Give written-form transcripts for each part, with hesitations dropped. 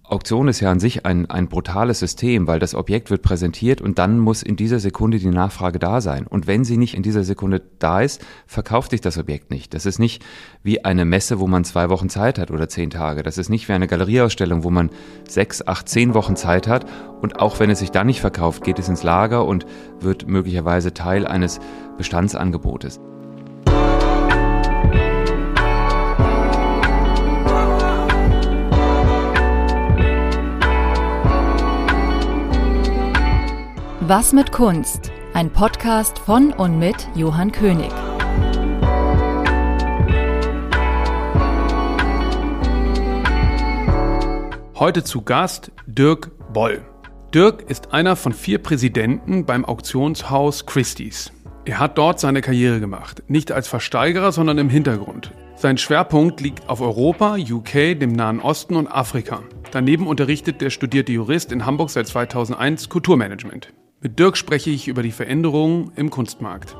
Auktion ist ja an sich ein brutales System, weil das Objekt wird präsentiert und dann muss in dieser Sekunde die Nachfrage da sein. Und wenn sie nicht in dieser Sekunde da ist, verkauft sich das Objekt nicht. Das ist nicht wie eine Messe, wo man 2 Wochen Zeit hat oder 10 Tage. Das ist nicht wie eine Galerieausstellung, wo man 6, 8, 10 Wochen Zeit hat. Und auch wenn es sich dann nicht verkauft, geht es ins Lager und wird möglicherweise Teil eines Bestandsangebotes. Was mit Kunst? Ein Podcast von und mit Johann König. Heute zu Gast Dirk Boll. Dirk ist einer von 4 Präsidenten beim Auktionshaus Christie's. Er hat dort seine Karriere gemacht, nicht als Versteigerer, sondern im Hintergrund. Sein Schwerpunkt liegt auf Europa, UK, dem Nahen Osten und Afrika. Daneben unterrichtet der studierte Jurist in Hamburg seit 2001 Kulturmanagement. Mit Dirk spreche ich über die Veränderungen im Kunstmarkt.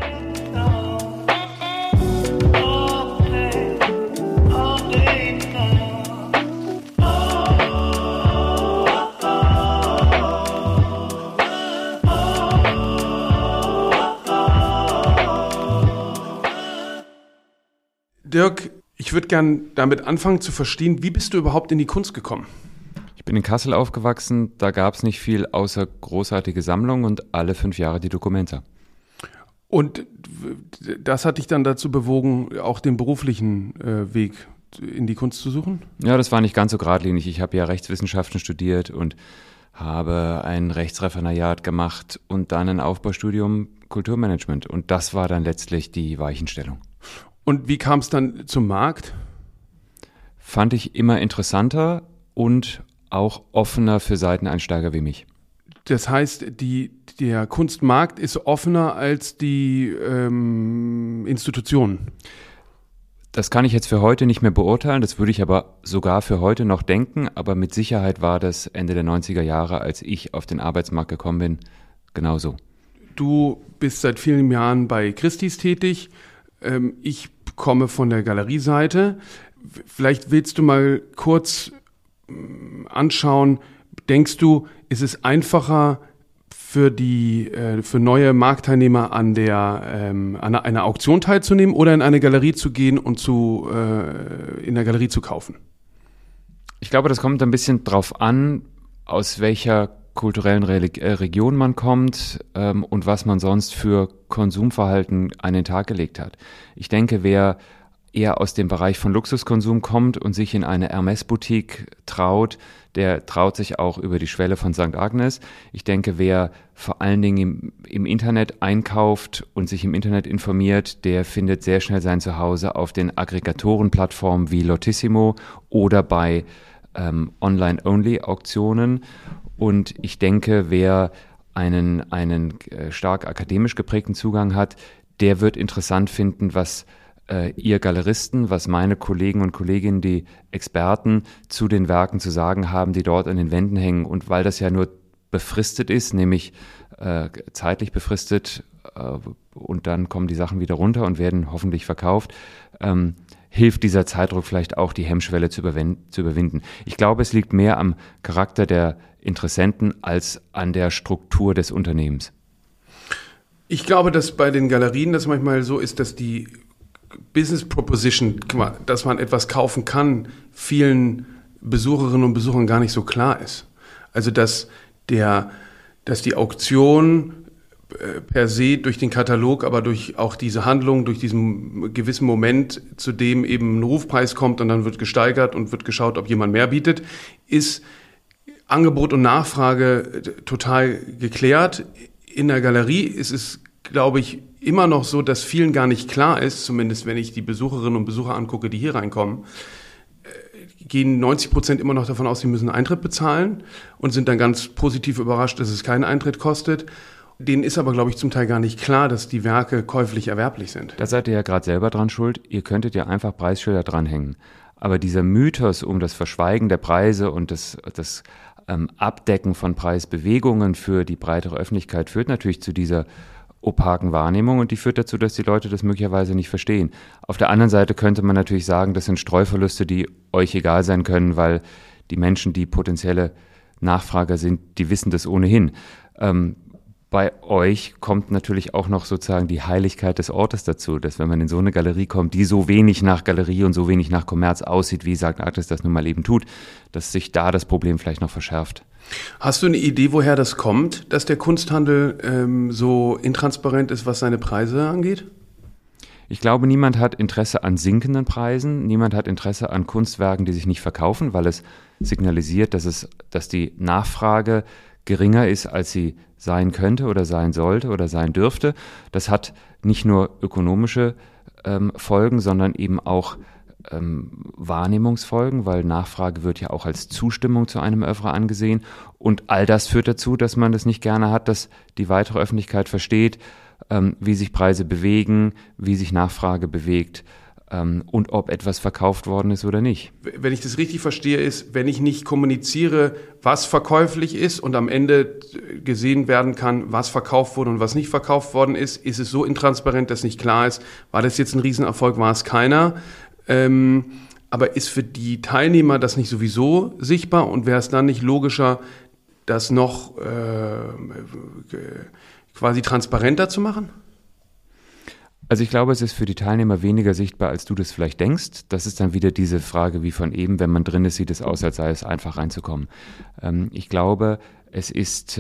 Dirk, ich würde gern damit anfangen zu verstehen, wie bist du überhaupt in die Kunst gekommen? Ich bin in Kassel aufgewachsen, da gab es nicht viel außer großartige Sammlungen und alle 5 Jahre die Documenta. Und das hat dich dann dazu bewogen, auch den beruflichen Weg in die Kunst zu suchen? Ja, das war nicht ganz so geradlinig. Ich habe ja Rechtswissenschaften studiert und habe ein Rechtsreferendariat gemacht und dann ein Aufbaustudium Kulturmanagement. Und das war dann letztlich die Weichenstellung. Und wie kam es dann zum Markt? Fand ich immer interessanter und auch offener für Seiteneinsteiger wie mich. Das heißt, der Kunstmarkt ist offener als die Institutionen? Das kann ich jetzt für heute nicht mehr beurteilen, das würde ich aber sogar für heute noch denken, aber mit Sicherheit war das Ende der 90er Jahre, als ich auf den Arbeitsmarkt gekommen bin, genauso. Du bist seit vielen Jahren bei Christie's tätig. Ich komme von der Galerieseite. Vielleicht willst du mal kurz anschauen, denkst du, ist es einfacher für neue Marktteilnehmer an einer Auktion teilzunehmen oder in eine Galerie zu gehen und in der Galerie zu kaufen? Ich glaube, das kommt ein bisschen drauf an, aus welcher kulturellen Region man kommt und was man sonst für Konsumverhalten an den Tag gelegt hat. Ich denke, wer eher aus dem Bereich von Luxuskonsum kommt und sich in eine Hermès-Boutique traut, der traut sich auch über die Schwelle von St. Agnes. Ich denke, wer vor allen Dingen im Internet einkauft und sich im Internet informiert, der findet sehr schnell sein Zuhause auf den Aggregatorenplattformen wie Lotissimo oder bei Online-Only-Auktionen. Und ich denke, wer einen stark akademisch geprägten Zugang hat, der wird interessant finden, was ihr Galeristen, was meine Kollegen und Kolleginnen, die Experten zu den Werken zu sagen haben, die dort an den Wänden hängen. Und weil das ja nur befristet ist, nämlich zeitlich befristet, und dann kommen die Sachen wieder runter und werden hoffentlich verkauft, hilft dieser Zeitdruck vielleicht auch, die Hemmschwelle zu überwinden. Ich glaube, es liegt mehr am Charakter der Interessenten als an der Struktur des Unternehmens. Ich glaube, dass bei den Galerien das manchmal so ist, dass die Business Proposition, dass man etwas kaufen kann, vielen Besucherinnen und Besuchern gar nicht so klar ist. Also dass die Auktion per se durch den Katalog, aber durch auch diese Handlung, durch diesen gewissen Moment, zu dem eben ein Rufpreis kommt und dann wird gesteigert und wird geschaut, ob jemand mehr bietet, ist Angebot und Nachfrage total geklärt. In der Galerie ist es, glaube ich, immer noch so, dass vielen gar nicht klar ist, zumindest wenn ich die Besucherinnen und Besucher angucke, die hier reinkommen, gehen 90% immer noch davon aus, sie müssen Eintritt bezahlen und sind dann ganz positiv überrascht, dass es keinen Eintritt kostet. Denen ist aber, glaube ich, zum Teil gar nicht klar, dass die Werke käuflich erwerblich sind. Da seid ihr ja gerade selber dran schuld. Ihr könntet ja einfach Preisschilder dranhängen. Aber dieser Mythos um das Verschweigen der Preise und das Abdecken von Preisbewegungen für die breitere Öffentlichkeit führt natürlich zu dieser opaken Wahrnehmung und die führt dazu, dass die Leute das möglicherweise nicht verstehen. Auf der anderen Seite könnte man natürlich sagen, das sind Streuverluste, die euch egal sein können, weil die Menschen, die potenzielle Nachfrager sind, die wissen das ohnehin. Bei euch kommt natürlich auch noch sozusagen die Heiligkeit des Ortes dazu, dass wenn man in so eine Galerie kommt, die so wenig nach Galerie und so wenig nach Kommerz aussieht, wie St. Agnes das nun mal eben tut, dass sich da das Problem vielleicht noch verschärft. Hast du eine Idee, woher das kommt, dass der Kunsthandel so intransparent ist, was seine Preise angeht? Ich glaube, niemand hat Interesse an sinkenden Preisen, niemand hat Interesse an Kunstwerken, die sich nicht verkaufen, weil es signalisiert, dass die Nachfrage geringer ist, als sie sein könnte oder sein sollte oder sein dürfte. Das hat nicht nur ökonomische Folgen, sondern eben auch Wahrnehmungsfolgen, weil Nachfrage wird ja auch als Zustimmung zu einem Œuvre angesehen. Und all das führt dazu, dass man das nicht gerne hat, dass die weitere Öffentlichkeit versteht, wie sich Preise bewegen, wie sich Nachfrage bewegt und ob etwas verkauft worden ist oder nicht. Wenn ich das richtig verstehe, ist, wenn ich nicht kommuniziere, was verkäuflich ist und am Ende gesehen werden kann, was verkauft wurde und was nicht verkauft worden ist, ist es so intransparent, dass nicht klar ist, war das jetzt ein Riesenerfolg, war es keiner. Aber ist für die Teilnehmer das nicht sowieso sichtbar und wäre es dann nicht logischer, das noch quasi transparenter zu machen? Also ich glaube, es ist für die Teilnehmer weniger sichtbar, als du das vielleicht denkst. Das ist dann wieder diese Frage wie von eben, wenn man drin ist, sieht es aus, als sei es einfach reinzukommen. Ich glaube, es ist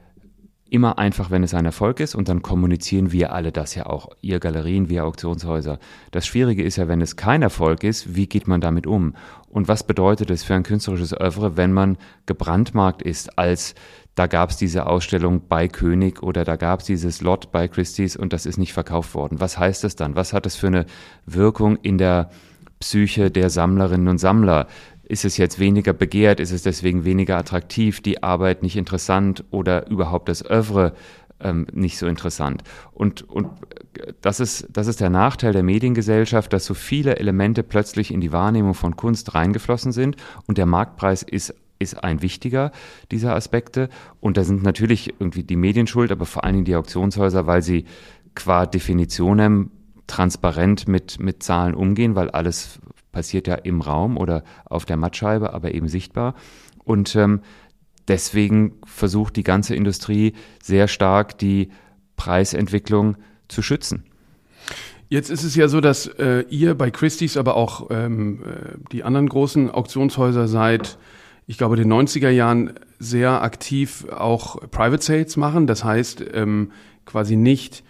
immer einfach, wenn es ein Erfolg ist und dann kommunizieren wir alle das ja auch, ihr Galerien, wir Auktionshäuser. Das Schwierige ist ja, wenn es kein Erfolg ist, wie geht man damit um? Und was bedeutet es für ein künstlerisches Œuvre, wenn man gebrandmarkt ist als da gab es diese Ausstellung bei König oder da gab es dieses Lot bei Christie's und das ist nicht verkauft worden. Was heißt das dann? Was hat das für eine Wirkung in der Psyche der Sammlerinnen und Sammler? Ist es jetzt weniger begehrt? Ist es deswegen weniger attraktiv? Die Arbeit nicht interessant oder überhaupt das Œuvre nicht so interessant? Und das ist der Nachteil der Mediengesellschaft, dass so viele Elemente plötzlich in die Wahrnehmung von Kunst reingeflossen sind und der Marktpreis ist ein wichtiger dieser Aspekte. Und da sind natürlich irgendwie die Medien schuld, aber vor allen Dingen die Auktionshäuser, weil sie qua Definitionem transparent mit Zahlen umgehen, weil alles passiert ja im Raum oder auf der Mattscheibe, aber eben sichtbar. Und deswegen versucht die ganze Industrie sehr stark, die Preisentwicklung zu schützen. Jetzt ist es ja so, dass ihr bei Christie's, aber auch die anderen großen Auktionshäuser seit, ich glaube, den 90er Jahren sehr aktiv auch Private Sales machen. Das heißt, quasi nicht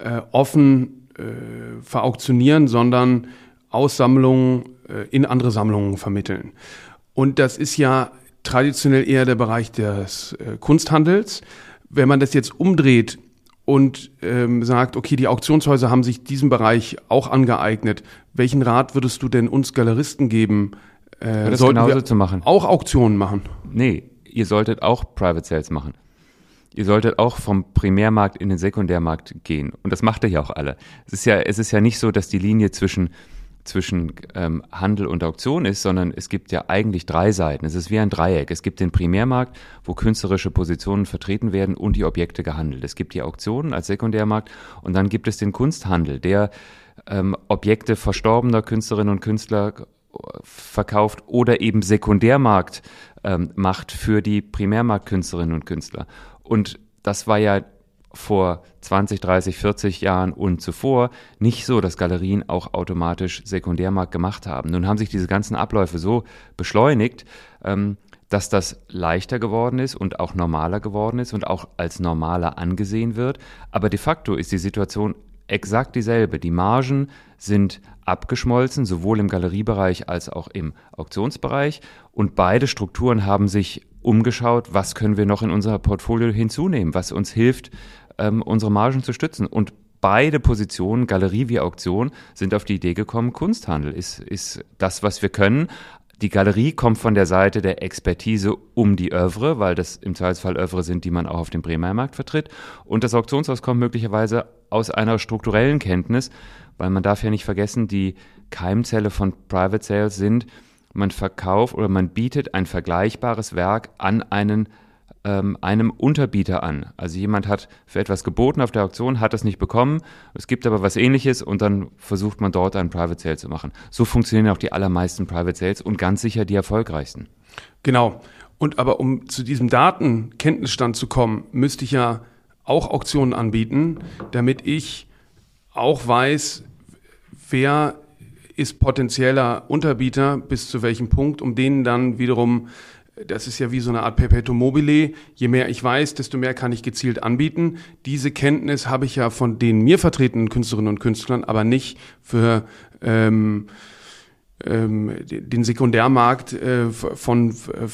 offen verauktionieren, sondern Aussammlungen in andere Sammlungen vermitteln. Und das ist ja traditionell eher der Bereich des Kunsthandels. Wenn man das jetzt umdreht und sagt, okay, die Auktionshäuser haben sich diesen Bereich auch angeeignet, welchen Rat würdest du denn uns Galeristen geben? Das genauso zu machen. Auch Auktionen machen? Nee, ihr solltet auch Private Sales machen. Ihr solltet auch vom Primärmarkt in den Sekundärmarkt gehen. Und das macht ihr ja auch alle. Es ist ja nicht so, dass die Linie zwischen Handel und Auktion ist, sondern es gibt ja eigentlich 3 Seiten. Es ist wie ein Dreieck. Es gibt den Primärmarkt, wo künstlerische Positionen vertreten werden und die Objekte gehandelt. Es gibt die Auktionen als Sekundärmarkt und dann gibt es den Kunsthandel, der Objekte verstorbener Künstlerinnen und Künstler verkauft oder eben Sekundärmarkt macht für die Primärmarktkünstlerinnen und Künstler. Und das war ja vor 20, 30, 40 Jahren und zuvor nicht so, dass Galerien auch automatisch Sekundärmarkt gemacht haben. Nun haben sich diese ganzen Abläufe so beschleunigt, dass das leichter geworden ist und auch normaler geworden ist und auch als normaler angesehen wird. Aber de facto ist die Situation exakt dieselbe. Die Margen sind abgeschmolzen, sowohl im Galeriebereich als auch im Auktionsbereich. Und beide Strukturen haben sich umgeschaut, was können wir noch in unser Portfolio hinzunehmen, was uns hilft, unsere Margen zu stützen. Und beide Positionen, Galerie wie Auktion, sind auf die Idee gekommen, Kunsthandel ist das, was wir können. Die Galerie kommt von der Seite der Expertise um die Œuvre, weil das im Zweifelsfall Œuvre sind, die man auch auf dem Primärmarkt vertritt. Und das Auktionshaus kommt möglicherweise aus einer strukturellen Kenntnis, weil man darf ja nicht vergessen, die Keimzelle von Private Sales sind, man verkauft oder man bietet ein vergleichbares Werk an einen einem Unterbieter an. Also jemand hat für etwas geboten auf der Auktion, hat es nicht bekommen, es gibt aber was Ähnliches und dann versucht man dort einen Private Sale zu machen. So funktionieren auch die allermeisten Private Sales und ganz sicher die erfolgreichsten. Genau. Und aber um zu diesem Datenkenntnisstand zu kommen, müsste ich ja auch Auktionen anbieten, damit ich auch weiß, wer ist potenzieller Unterbieter bis zu welchem Punkt, um denen dann wiederum, das ist ja wie so eine Art Perpetuum mobile, je mehr ich weiß, desto mehr kann ich gezielt anbieten. Diese Kenntnis habe ich ja von den mir vertretenen Künstlerinnen und Künstlern, aber nicht für den Sekundärmarkt von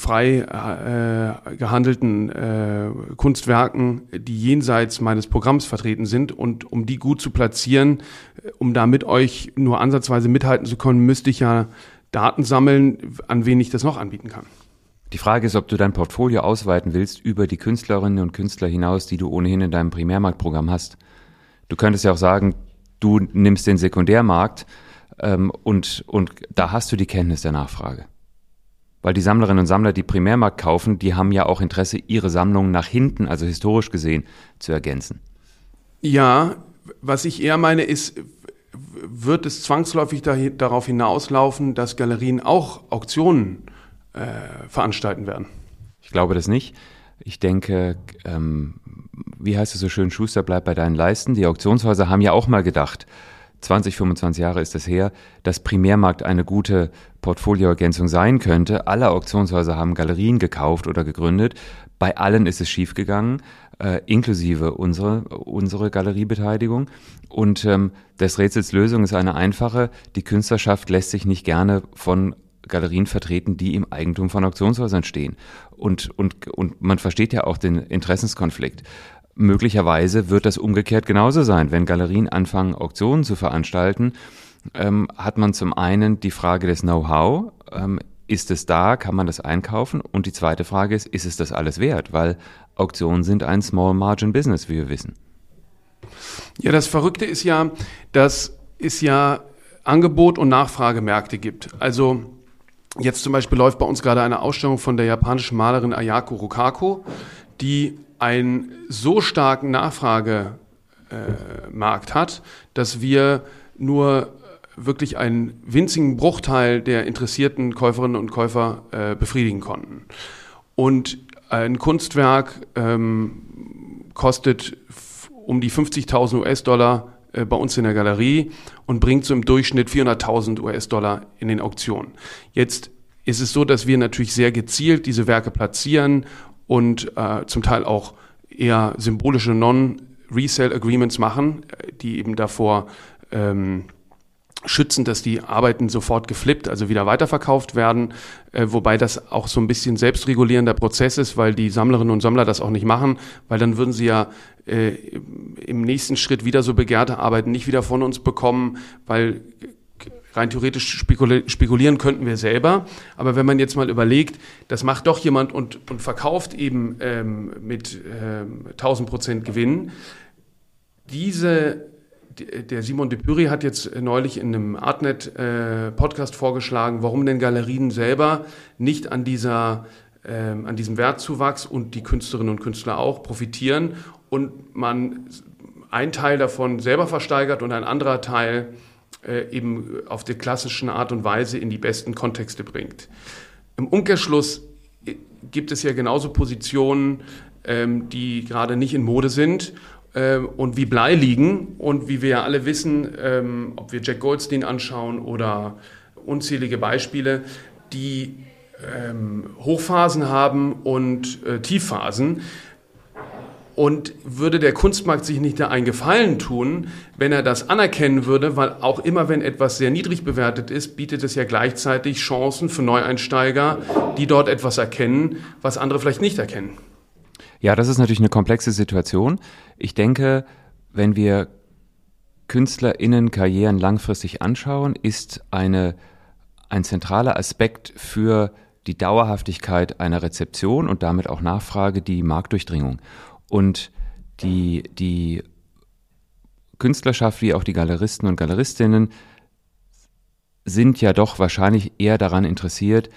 frei gehandelten Kunstwerken, die jenseits meines Programms vertreten sind. Und um die gut zu platzieren, um da mit euch nur ansatzweise mithalten zu können, müsste ich ja Daten sammeln, an wen ich das noch anbieten kann. Die Frage ist, ob du dein Portfolio ausweiten willst über die Künstlerinnen und Künstler hinaus, die du ohnehin in deinem Primärmarktprogramm hast. Du könntest ja auch sagen, du nimmst den Sekundärmarkt und da hast du die Kenntnis der Nachfrage. Weil die Sammlerinnen und Sammler, die Primärmarkt kaufen, die haben ja auch Interesse, ihre Sammlung nach hinten, also historisch gesehen, zu ergänzen. Ja, was ich eher meine ist, wird es zwangsläufig darauf hinauslaufen, dass Galerien auch Auktionen veranstalten werden? Ich glaube das nicht. Ich denke, wie heißt es so schön, Schuster, bleib bei deinen Leisten. Die Auktionshäuser haben ja auch mal gedacht, 20, 25 Jahre ist es her, dass Primärmarkt eine gute Portfolioergänzung sein könnte. Alle Auktionshäuser haben Galerien gekauft oder gegründet. Bei allen ist es schiefgegangen, inklusive unsere Galeriebeteiligung. Und des Rätsels Lösung ist eine einfache. Die Künstlerschaft lässt sich nicht gerne von Galerien vertreten, die im Eigentum von Auktionshäusern stehen. Und man versteht ja auch den Interessenskonflikt. Möglicherweise wird das umgekehrt genauso sein. Wenn Galerien anfangen, Auktionen zu veranstalten, hat man zum einen die Frage des Know-how. Ist es da? Kann man das einkaufen? Und die zweite Frage ist es das alles wert? Weil Auktionen sind ein Small-Margin-Business, wie wir wissen. Ja, das Verrückte ist ja, dass es ja Angebot- und Nachfragemärkte gibt. Also jetzt zum Beispiel läuft bei uns gerade eine Ausstellung von der japanischen Malerin Ayako Rokako, die einen so starken Nachfragemarkt hat, dass wir nur wirklich einen winzigen Bruchteil der interessierten Käuferinnen und Käufer befriedigen konnten. Und ein Kunstwerk kostet um die 50.000 US-Dollar bei uns in der Galerie und bringt so im Durchschnitt 400.000 US-Dollar in den Auktionen. Jetzt ist es so, dass wir natürlich sehr gezielt diese Werke platzieren und zum Teil auch eher symbolische Non-Resale-Agreements machen, die eben davor schützen, dass die Arbeiten sofort geflippt, also wieder weiterverkauft werden, wobei das auch so ein bisschen selbstregulierender Prozess ist, weil die Sammlerinnen und Sammler das auch nicht machen, weil dann würden sie ja im nächsten Schritt wieder so begehrte Arbeiten nicht wieder von uns bekommen, weil rein theoretisch spekulieren könnten wir selber, aber wenn man jetzt mal überlegt, das macht doch jemand und verkauft eben mit 1000% Gewinn, der Simon de Pury hat jetzt neulich in einem Artnet-Podcast vorgeschlagen, warum denn Galerien selber nicht an diesem Wertzuwachs und die Künstlerinnen und Künstler auch profitieren und man einen Teil davon selber versteigert und ein anderer Teil eben auf der klassischen Art und Weise in die besten Kontexte bringt. Im Umkehrschluss gibt es ja genauso Positionen, die gerade nicht in Mode sind und wie Blei liegen. Und wie wir ja alle wissen, ob wir Jack Goldstein anschauen oder unzählige Beispiele, die Hochphasen haben und Tiefphasen. Und würde der Kunstmarkt sich nicht da einen Gefallen tun, wenn er das anerkennen würde, weil auch immer, wenn etwas sehr niedrig bewertet ist, bietet es ja gleichzeitig Chancen für Neueinsteiger, die dort etwas erkennen, was andere vielleicht nicht erkennen. Ja, das ist natürlich eine komplexe Situation. Ich denke, wenn wir KünstlerInnen-Karrieren langfristig anschauen, ist ein zentraler Aspekt für die Dauerhaftigkeit einer Rezeption und damit auch Nachfrage die Marktdurchdringung. Und die Künstlerschaft wie auch die Galeristen und Galeristinnen sind ja doch wahrscheinlich eher daran interessiert,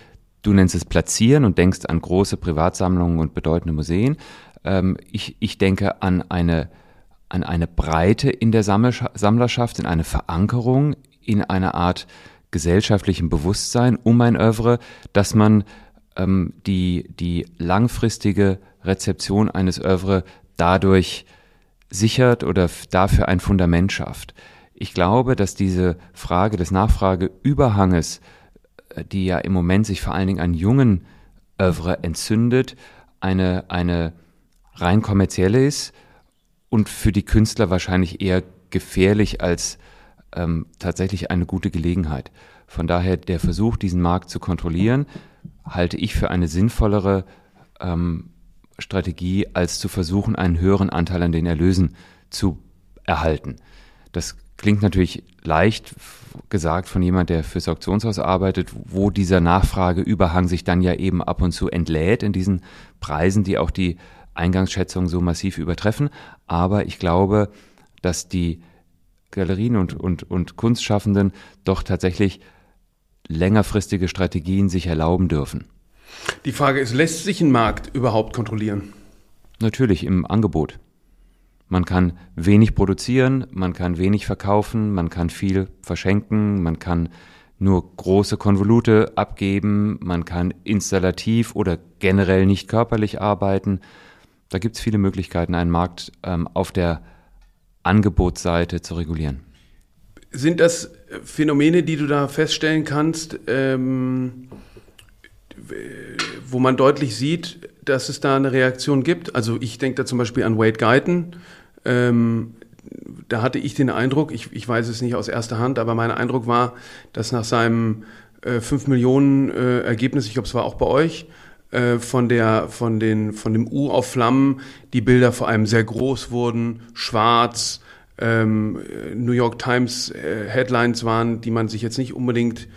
Du nennst es Platzieren und denkst an große Privatsammlungen und bedeutende Museen. Ich denke an eine Breite in der Sammlerschaft, in eine Verankerung, in eine Art gesellschaftlichen Bewusstsein um ein Oeuvre, dass man die langfristige Rezeption eines Oeuvre dadurch sichert oder dafür ein Fundament schafft. Ich glaube, dass diese Frage des Nachfrageüberhanges, die ja im Moment sich vor allen Dingen an jungen Oeuvre entzündet, eine rein kommerzielle ist und für die Künstler wahrscheinlich eher gefährlich als tatsächlich eine gute Gelegenheit. Von daher der Versuch, diesen Markt zu kontrollieren, halte ich für eine sinnvollere Strategie, als zu versuchen, einen höheren Anteil an den Erlösen zu erhalten. Das klingt natürlich leicht gesagt von jemand, der fürs Auktionshaus arbeitet, wo dieser Nachfrageüberhang sich dann ja eben ab und zu entlädt in diesen Preisen, die auch die Eingangsschätzungen so massiv übertreffen. Aber ich glaube, dass die Galerien und Kunstschaffenden doch tatsächlich längerfristige Strategien sich erlauben dürfen. Die Frage ist, lässt sich ein Markt überhaupt kontrollieren? Natürlich im Angebot. Man kann wenig produzieren, man kann wenig verkaufen, man kann viel verschenken, man kann nur große Konvolute abgeben, man kann installativ oder generell nicht körperlich arbeiten. Da gibt es viele Möglichkeiten, einen Markt auf der Angebotsseite zu regulieren. Sind das Phänomene, die du da feststellen kannst, wo man deutlich sieht, dass es da eine Reaktion gibt? Also ich denke da zum Beispiel an Wade Guyton. Da hatte ich den Eindruck, ich weiß es nicht aus erster Hand, aber mein Eindruck war, dass nach seinem 5 Millionen Ergebnis, ich glaube es war auch bei euch, von dem U auf Flammen, die Bilder vor allem sehr groß wurden, schwarz, New York Times Headlines waren, die man sich jetzt nicht unbedingt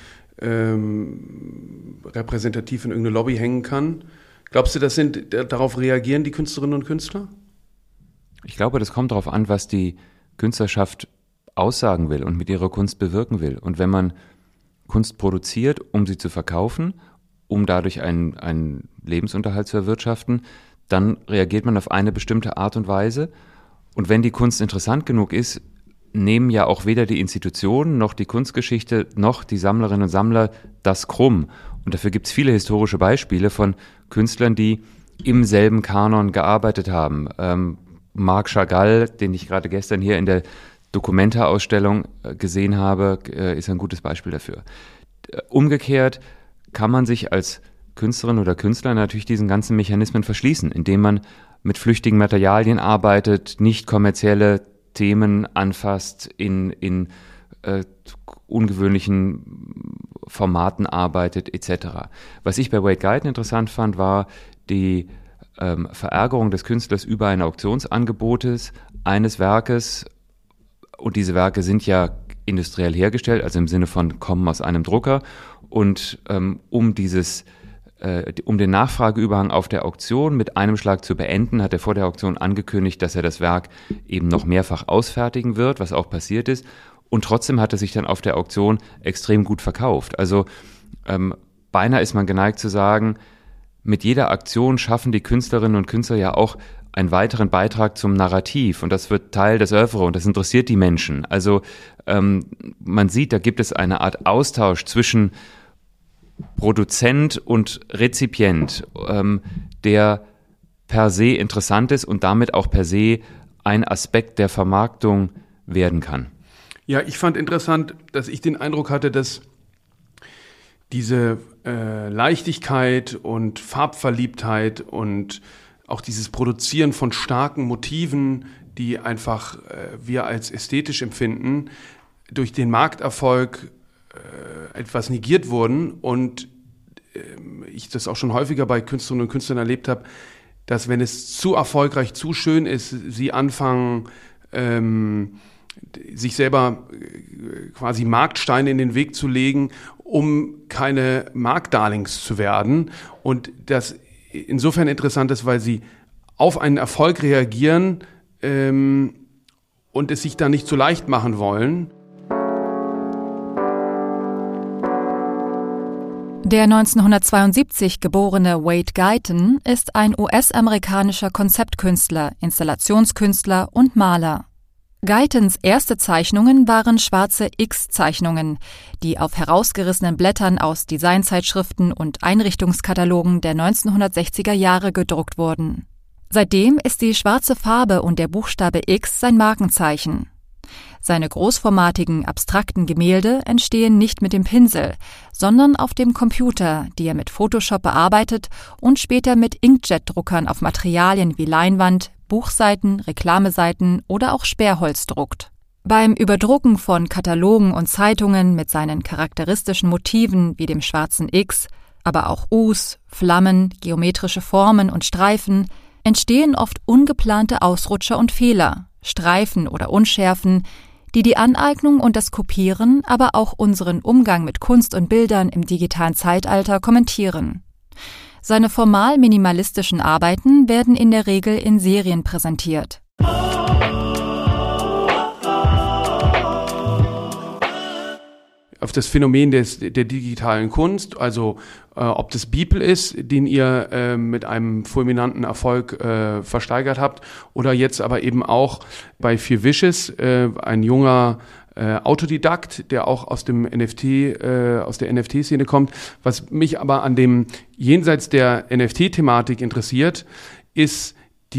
repräsentativ in irgendeine Lobby hängen kann. Glaubst du, darauf reagieren die Künstlerinnen und Künstler? Ich glaube, das kommt darauf an, was die Künstlerschaft aussagen will und mit ihrer Kunst bewirken will. Und wenn man Kunst produziert, um sie zu verkaufen, um dadurch einen Lebensunterhalt zu erwirtschaften, dann reagiert man auf eine bestimmte Art und Weise. Und wenn die Kunst interessant genug ist, nehmen ja auch weder die Institutionen noch die Kunstgeschichte noch die Sammlerinnen und Sammler das krumm. Und dafür gibt es viele historische Beispiele von Künstlern, die im selben Kanon gearbeitet haben. Marc Chagall, den ich gerade gestern hier in der Documenta-Ausstellung gesehen habe, ist ein gutes Beispiel dafür. Umgekehrt kann man sich als Künstlerin oder Künstler natürlich diesen ganzen Mechanismen verschließen, indem man mit flüchtigen Materialien arbeitet, nicht kommerzielle Themen anfasst, in ungewöhnlichen Formaten arbeitet, etc. Was ich bei Wade Guyton interessant fand, war die Verärgerung des Künstlers über ein Auktionsangebotes eines Werkes, und diese Werke sind ja industriell hergestellt, also im Sinne von kommen aus einem Drucker, und um den Nachfrageüberhang auf der Auktion mit einem Schlag zu beenden, hat er vor der Auktion angekündigt, dass er das Werk eben noch mehrfach ausfertigen wird, was auch passiert ist, und trotzdem hat er sich dann auf der Auktion extrem gut verkauft. Also beinahe ist man geneigt zu sagen, mit jeder Aktion schaffen die Künstlerinnen und Künstler ja auch einen weiteren Beitrag zum Narrativ, und das wird Teil des Oeuvre und das interessiert die Menschen. Also man sieht, da gibt es eine Art Austausch zwischen Produzent und Rezipient, der per se interessant ist und damit auch per se ein Aspekt der Vermarktung werden kann. Ja, ich fand interessant, dass ich den Eindruck hatte, dass diese Leichtigkeit und Farbverliebtheit und auch dieses Produzieren von starken Motiven, die einfach wir als ästhetisch empfinden, durch den Markterfolg etwas negiert wurden, und ich das auch schon häufiger bei Künstlerinnen und Künstlern erlebt habe, dass wenn es zu erfolgreich, zu schön ist, sie anfangen, sich selber quasi Marktsteine in den Weg zu legen, um keine Marktdarlings zu werden. Und das insofern interessant ist, weil sie auf einen Erfolg reagieren und es sich da nicht so leicht machen wollen. Der 1972 geborene Wade Guyton ist ein US-amerikanischer Konzeptkünstler, Installationskünstler und Maler. Guytons erste Zeichnungen waren schwarze X-Zeichnungen, die auf herausgerissenen Blättern aus Designzeitschriften und Einrichtungskatalogen der 1960er Jahre gedruckt wurden. Seitdem ist die schwarze Farbe und der Buchstabe X sein Markenzeichen. Seine großformatigen, abstrakten Gemälde entstehen nicht mit dem Pinsel, sondern auf dem Computer, die er mit Photoshop bearbeitet und später mit Inkjet-Druckern auf Materialien wie Leinwand, Buchseiten, Reklameseiten oder auch Sperrholz druckt. Beim Überdrucken von Katalogen und Zeitungen mit seinen charakteristischen Motiven wie dem schwarzen X, aber auch Us, Flammen, geometrische Formen und Streifen, entstehen oft ungeplante Ausrutscher und Fehler, Streifen oder Unschärfen, die die Aneignung und das Kopieren, aber auch unseren Umgang mit Kunst und Bildern im digitalen Zeitalter kommentieren. Seine formal minimalistischen Arbeiten werden in der Regel in Serien präsentiert. Auf das Phänomen der digitalen Kunst, also ob das Beeple ist, den ihr mit einem fulminanten Erfolg versteigert habt, oder jetzt aber eben auch bei Few Wishes, ein junger Autodidakt, der auch aus dem aus der NFT-Szene kommt. Was mich aber an dem jenseits der NFT-Thematik interessiert, ist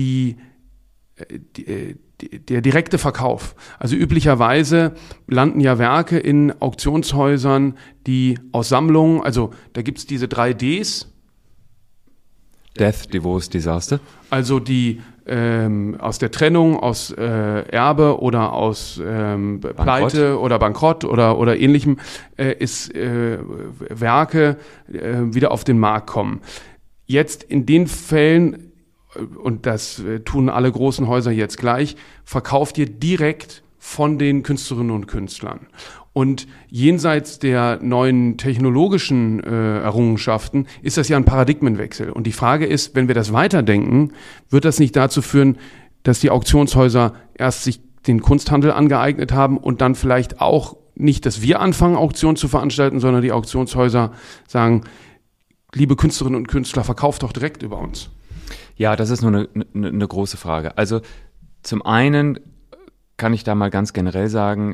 der direkte Verkauf. Also üblicherweise landen ja Werke in Auktionshäusern, die aus Sammlungen, also da gibt's diese 3Ds. Death, Divorce, Disaster. Also die aus der Trennung, aus Erbe oder aus Pleite oder Bankrott oder ähnlichem Werke wieder auf den Markt kommen. Jetzt in den Fällen, und das tun alle großen Häuser jetzt gleich, verkauft ihr direkt von den Künstlerinnen und Künstlern. Und jenseits der neuen technologischen Errungenschaften ist das ja ein Paradigmenwechsel. Und die Frage ist, wenn wir das weiterdenken, wird das nicht dazu führen, dass die Auktionshäuser erst sich den Kunsthandel angeeignet haben und dann vielleicht auch nicht, dass wir anfangen, Auktionen zu veranstalten, sondern die Auktionshäuser sagen, liebe Künstlerinnen und Künstler, verkauft doch direkt über uns. Ja, das ist nur eine große Frage. Also zum einen kann ich da mal ganz generell sagen,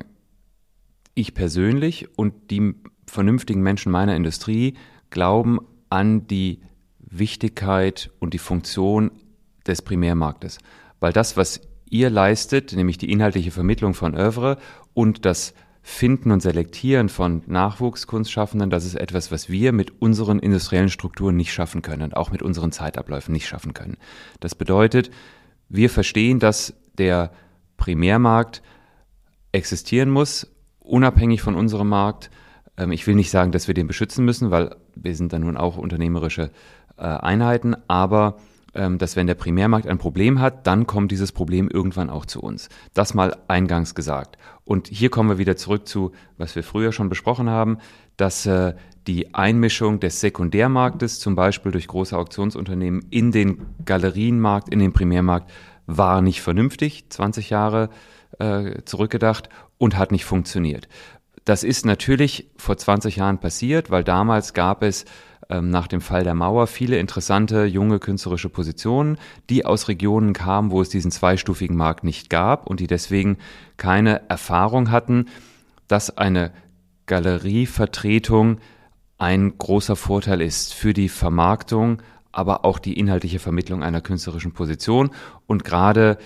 ich persönlich und die vernünftigen Menschen meiner Industrie glauben an die Wichtigkeit und die Funktion des Primärmarktes. Weil das, was ihr leistet, nämlich die inhaltliche Vermittlung von Œuvre und das Finden und Selektieren von Nachwuchskunstschaffenden, das ist etwas, was wir mit unseren industriellen Strukturen nicht schaffen können, auch mit unseren Zeitabläufen nicht schaffen können. Das bedeutet, wir verstehen, dass der Primärmarkt existieren muss, unabhängig von unserem Markt. Ich will nicht sagen, dass wir den beschützen müssen, weil wir sind dann nun auch unternehmerische Einheiten, aber dass wenn der Primärmarkt ein Problem hat, dann kommt dieses Problem irgendwann auch zu uns. Das mal eingangs gesagt. Und hier kommen wir wieder zurück zu, was wir früher schon besprochen haben, dass die Einmischung des Sekundärmarktes, zum Beispiel durch große Auktionsunternehmen, in den Galerienmarkt, in den Primärmarkt, war nicht vernünftig, 20 Jahre zurückgedacht, und hat nicht funktioniert. Das ist natürlich vor 20 Jahren passiert, weil damals gab es nach dem Fall der Mauer viele interessante junge künstlerische Positionen, die aus Regionen kamen, wo es diesen zweistufigen Markt nicht gab und die deswegen keine Erfahrung hatten, dass eine Galerievertretung ein großer Vorteil ist für die Vermarktung, aber auch die inhaltliche Vermittlung einer künstlerischen Position. Und gerade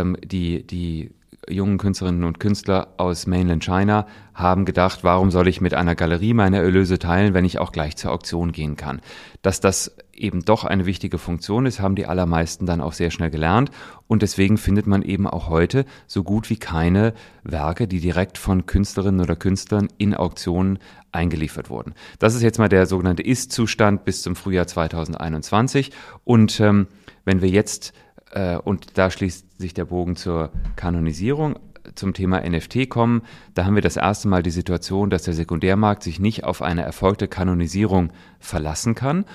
die jungen Künstlerinnen und Künstler aus Mainland China haben gedacht, warum soll ich mit einer Galerie meine Erlöse teilen, wenn ich auch gleich zur Auktion gehen kann. Dass das eben doch eine wichtige Funktion ist, haben die allermeisten dann auch sehr schnell gelernt, und deswegen findet man eben auch heute so gut wie keine Werke, die direkt von Künstlerinnen oder Künstlern in Auktionen eingeliefert wurden. Das ist jetzt mal der sogenannte Ist-Zustand bis zum Frühjahr 2021, und wenn wir jetzt und da schließt sich der Bogen zur Kanonisierung, zum Thema NFT kommen, da haben wir das erste Mal die Situation, dass der Sekundärmarkt sich nicht auf eine erfolgte Kanonisierung verlassen kann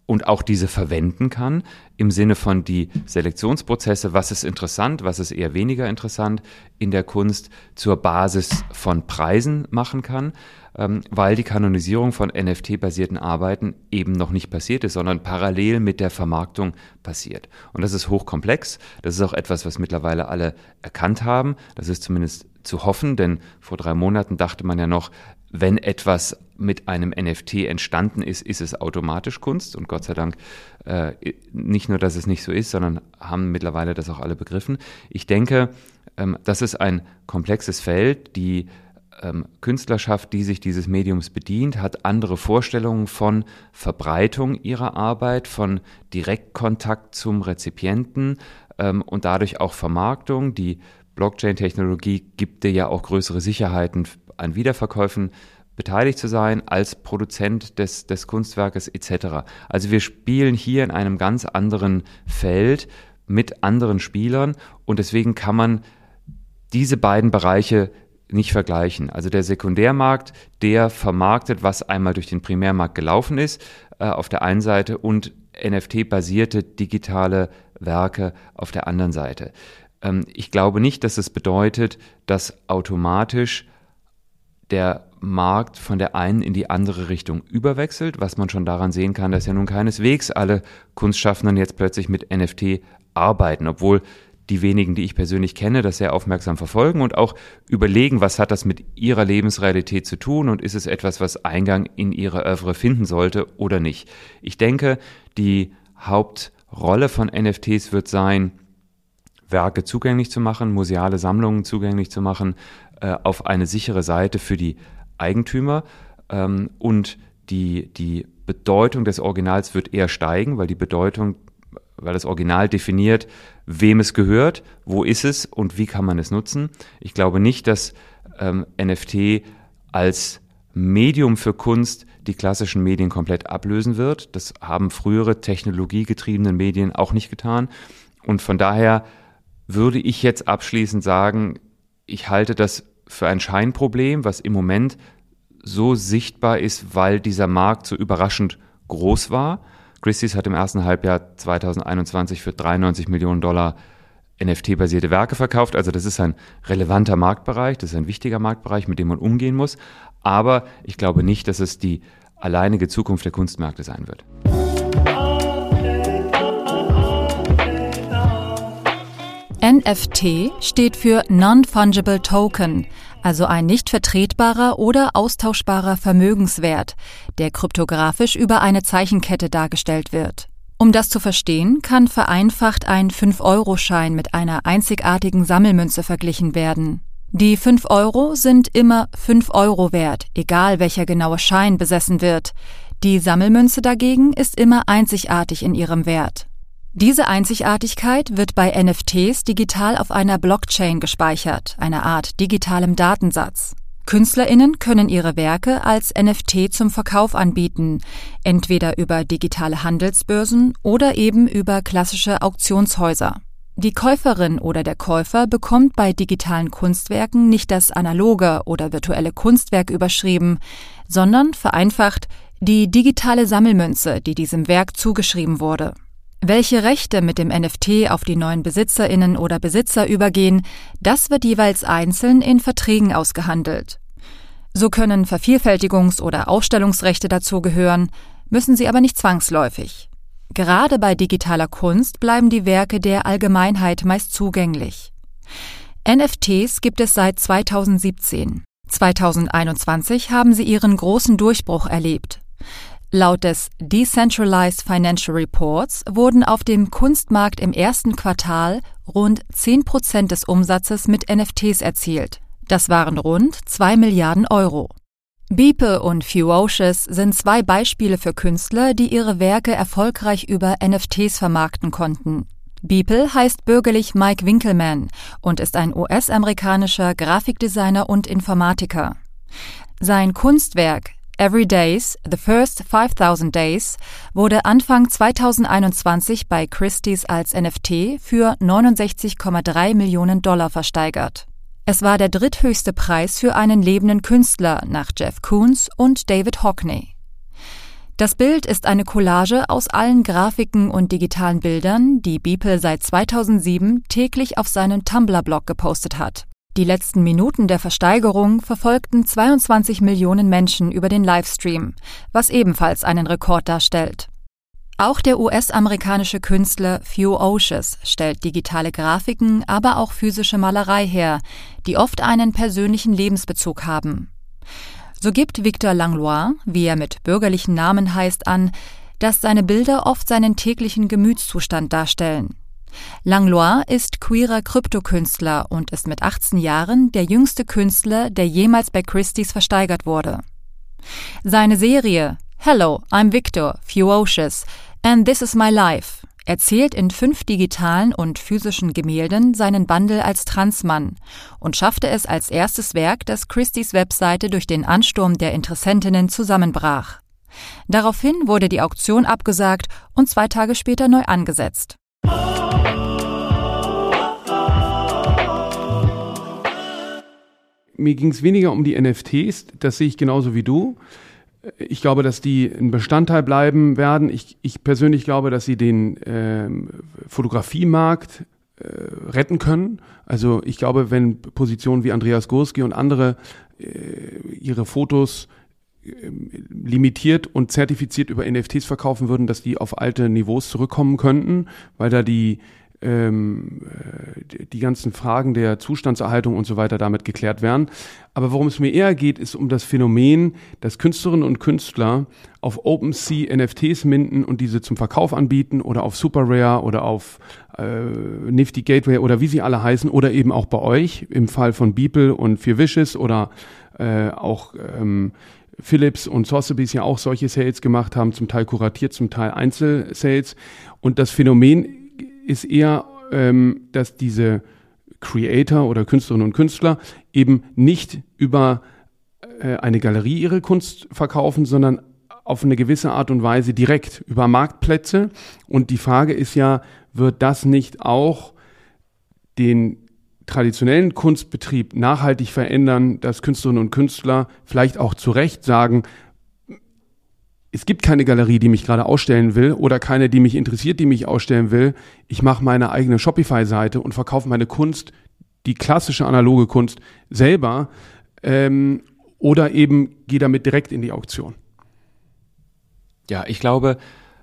und auch diese verwenden kann, im Sinne von die Selektionsprozesse, was ist interessant, was ist eher weniger interessant in der Kunst, zur Basis von Preisen machen kann, weil die Kanonisierung von NFT-basierten Arbeiten eben noch nicht passiert ist, sondern parallel mit der Vermarktung passiert. Und das ist hochkomplex, das ist auch etwas, was mittlerweile alle erkannt haben, das ist zumindest zu hoffen, denn vor 3 Monaten dachte man ja noch, wenn etwas mit einem NFT entstanden ist, ist es automatisch Kunst. Und Gott sei Dank nicht nur, dass es nicht so ist, sondern haben mittlerweile das auch alle begriffen. Ich denke, das ist ein komplexes Feld. Die Künstlerschaft, die sich dieses Mediums bedient, hat andere Vorstellungen von Verbreitung ihrer Arbeit, von Direktkontakt zum Rezipienten und dadurch auch Vermarktung. Die Blockchain-Technologie gibt dir ja auch größere Sicherheiten an Wiederverkäufen beteiligt zu sein, als Produzent des Kunstwerkes etc. Also wir spielen hier in einem ganz anderen Feld mit anderen Spielern und deswegen kann man diese beiden Bereiche nicht vergleichen. Also der Sekundärmarkt, der vermarktet, was einmal durch den Primärmarkt gelaufen ist, auf der einen Seite und NFT-basierte digitale Werke auf der anderen Seite. Ich glaube nicht, dass es bedeutet, dass automatisch der Markt von der einen in die andere Richtung überwechselt, was man schon daran sehen kann, dass ja nun keineswegs alle Kunstschaffenden jetzt plötzlich mit NFT arbeiten, obwohl die wenigen, die ich persönlich kenne, das sehr aufmerksam verfolgen und auch überlegen, was hat das mit ihrer Lebensrealität zu tun und ist es etwas, was Eingang in ihre Œuvre finden sollte oder nicht. Ich denke, die Hauptrolle von NFTs wird sein, Werke zugänglich zu machen, museale Sammlungen zugänglich zu machen, auf eine sichere Seite für die Eigentümer und die Bedeutung des Originals wird eher steigen, weil das Original definiert, wem es gehört, wo ist es und wie kann man es nutzen. Ich glaube nicht, dass NFT als Medium für Kunst die klassischen Medien komplett ablösen wird. Das haben frühere technologiegetriebene Medien auch nicht getan. Und von daher würde ich jetzt abschließend sagen, ich halte das für ein Scheinproblem, was im Moment so sichtbar ist, weil dieser Markt so überraschend groß war. Christie's hat im ersten Halbjahr 2021 für $93 Millionen NFT-basierte Werke verkauft. Also das ist ein relevanter Marktbereich, das ist ein wichtiger Marktbereich, mit dem man umgehen muss. Aber ich glaube nicht, dass es die alleinige Zukunft der Kunstmärkte sein wird. NFT steht für Non-Fungible Token, also ein nicht vertretbarer oder austauschbarer Vermögenswert, der kryptografisch über eine Zeichenkette dargestellt wird. Um das zu verstehen, kann vereinfacht ein 5-Euro-Schein mit einer einzigartigen Sammelmünze verglichen werden. Die 5 Euro sind immer 5 Euro wert, egal welcher genaue Schein besessen wird. Die Sammelmünze dagegen ist immer einzigartig in ihrem Wert. Diese Einzigartigkeit wird bei NFTs digital auf einer Blockchain gespeichert, einer Art digitalem Datensatz. KünstlerInnen können ihre Werke als NFT zum Verkauf anbieten, entweder über digitale Handelsbörsen oder eben über klassische Auktionshäuser. Die Käuferin oder der Käufer bekommt bei digitalen Kunstwerken nicht das analoge oder virtuelle Kunstwerk überschrieben, sondern vereinfacht die digitale Sammelmünze, die diesem Werk zugeschrieben wurde. Welche Rechte mit dem NFT auf die neuen BesitzerInnen oder Besitzer übergehen, das wird jeweils einzeln in Verträgen ausgehandelt. So können Vervielfältigungs- oder Ausstellungsrechte dazugehören, müssen sie aber nicht zwangsläufig. Gerade bei digitaler Kunst bleiben die Werke der Allgemeinheit meist zugänglich. NFTs gibt es seit 2017. 2021 haben sie ihren großen Durchbruch erlebt. Laut des Decentralized Financial Reports wurden auf dem Kunstmarkt im ersten Quartal rund 10% des Umsatzes mit NFTs erzielt. Das waren rund 2 Milliarden Euro. Beeple und Fewocious sind 2 Beispiele für Künstler, die ihre Werke erfolgreich über NFTs vermarkten konnten. Beeple heißt bürgerlich Mike Winkelmann und ist ein US-amerikanischer Grafikdesigner und Informatiker. Sein Kunstwerk Every Days, The First 5000 Days wurde Anfang 2021 bei Christie's als NFT für $69,3 Millionen versteigert. Es war der dritthöchste Preis für einen lebenden Künstler nach Jeff Koons und David Hockney. Das Bild ist eine Collage aus allen Grafiken und digitalen Bildern, die Beeple seit 2007 täglich auf seinem Tumblr-Blog gepostet hat. Die letzten Minuten der Versteigerung verfolgten 22 Millionen Menschen über den Livestream, was ebenfalls einen Rekord darstellt. Auch der US-amerikanische Künstler Few Oshus stellt digitale Grafiken, aber auch physische Malerei her, die oft einen persönlichen Lebensbezug haben. So gibt Victor Langlois, wie er mit bürgerlichen Namen heißt, an, dass seine Bilder oft seinen täglichen Gemütszustand darstellen. Langlois ist queerer Kryptokünstler und ist mit 18 Jahren der jüngste Künstler, der jemals bei Christie's versteigert wurde. Seine Serie Hello, I'm Victor, Few Oshus and This is My Life erzählt in 5 digitalen und physischen Gemälden seinen Wandel als Transmann und schaffte es als erstes Werk, das Christie's Webseite durch den Ansturm der Interessentinnen zusammenbrach. Daraufhin wurde die Auktion abgesagt und 2 Tage später neu angesetzt. Mir ging es weniger um die NFTs, das sehe ich genauso wie du. Ich glaube, dass die ein Bestandteil bleiben werden. Ich persönlich glaube, dass sie den Fotografiemarkt retten können. Also ich glaube, wenn Positionen wie Andreas Gursky und andere ihre Fotos limitiert und zertifiziert über NFTs verkaufen würden, dass die auf alte Niveaus zurückkommen könnten, weil da die ganzen Fragen der Zustandserhaltung und so weiter damit geklärt werden. Aber worum es mir eher geht, ist um das Phänomen, dass Künstlerinnen und Künstler auf OpenSea NFTs minden und diese zum Verkauf anbieten oder auf SuperRare oder auf Nifty Gateway oder wie sie alle heißen oder eben auch bei euch im Fall von Beeple und Few Wishes oder auch Philips und Sotheby's ja auch solche Sales gemacht haben, zum Teil kuratiert, zum Teil Einzelsales. Und das Phänomen ist eher, dass diese Creator oder Künstlerinnen und Künstler eben nicht über eine Galerie ihre Kunst verkaufen, sondern auf eine gewisse Art und Weise direkt über Marktplätze. Und die Frage ist ja, wird das nicht auch den traditionellen Kunstbetrieb nachhaltig verändern, dass Künstlerinnen und Künstler vielleicht auch zu Recht sagen, es gibt keine Galerie, die mich gerade ausstellen will oder keine, die mich interessiert, die mich ausstellen will. Ich mache meine eigene Shopify-Seite und verkaufe meine Kunst, die klassische analoge Kunst, selber oder eben gehe damit direkt in die Auktion. Ja, ich glaube,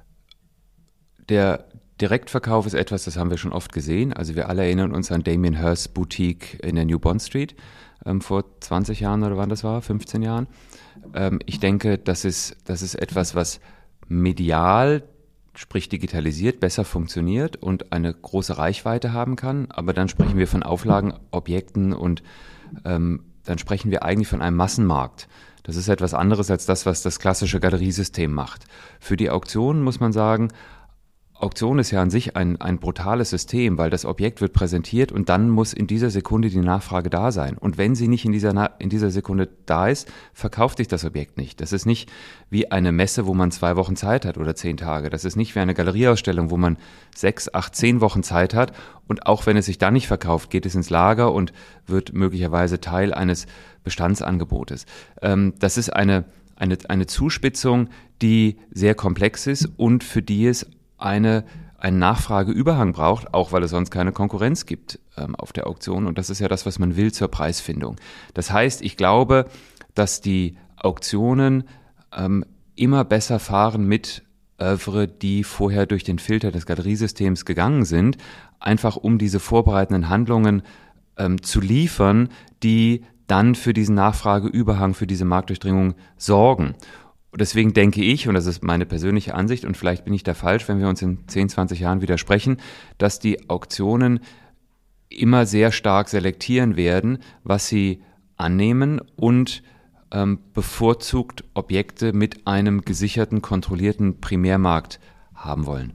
der Direktverkauf ist etwas, das haben wir schon oft gesehen. Also wir alle erinnern uns an Damien Hirsts Boutique in der New Bond Street vor 20 Jahren oder wann das war, 15 Jahren. Ich denke, das ist etwas, was medial, sprich digitalisiert, besser funktioniert und eine große Reichweite haben kann. Aber dann sprechen wir von Auflagenobjekten und dann sprechen wir eigentlich von einem Massenmarkt. Das ist etwas anderes als das, was das klassische Galeriesystem macht. Für die Auktion muss man sagen, Auktion ist ja an sich ein brutales System, weil das Objekt wird präsentiert und dann muss in dieser Sekunde die Nachfrage da sein. Und wenn sie nicht in dieser Sekunde da ist, verkauft sich das Objekt nicht. Das ist nicht wie eine Messe, wo man 2 Wochen Zeit hat oder 10 Tage. Das ist nicht wie eine Galerieausstellung, wo man 6, 8, 10 Wochen Zeit hat. Und auch wenn es sich dann nicht verkauft, geht es ins Lager und wird möglicherweise Teil eines Bestandsangebotes. Das ist eine Zuspitzung, die sehr komplex ist und für die es einen Nachfrageüberhang braucht, auch weil es sonst keine Konkurrenz gibt auf der Auktion. Und das ist ja das, was man will zur Preisfindung. Das heißt, ich glaube, dass die Auktionen immer besser fahren mit Œuvre, die vorher durch den Filter des Galeriesystems gegangen sind, einfach um diese vorbereitenden Handlungen zu liefern, die dann für diesen Nachfrageüberhang, für diese Marktdurchdringung sorgen. Deswegen denke ich, und das ist meine persönliche Ansicht, und vielleicht bin ich da falsch, wenn wir uns in 10, 20 Jahren widersprechen, dass die Auktionen immer sehr stark selektieren werden, was sie annehmen und bevorzugt Objekte mit einem gesicherten, kontrollierten Primärmarkt haben wollen.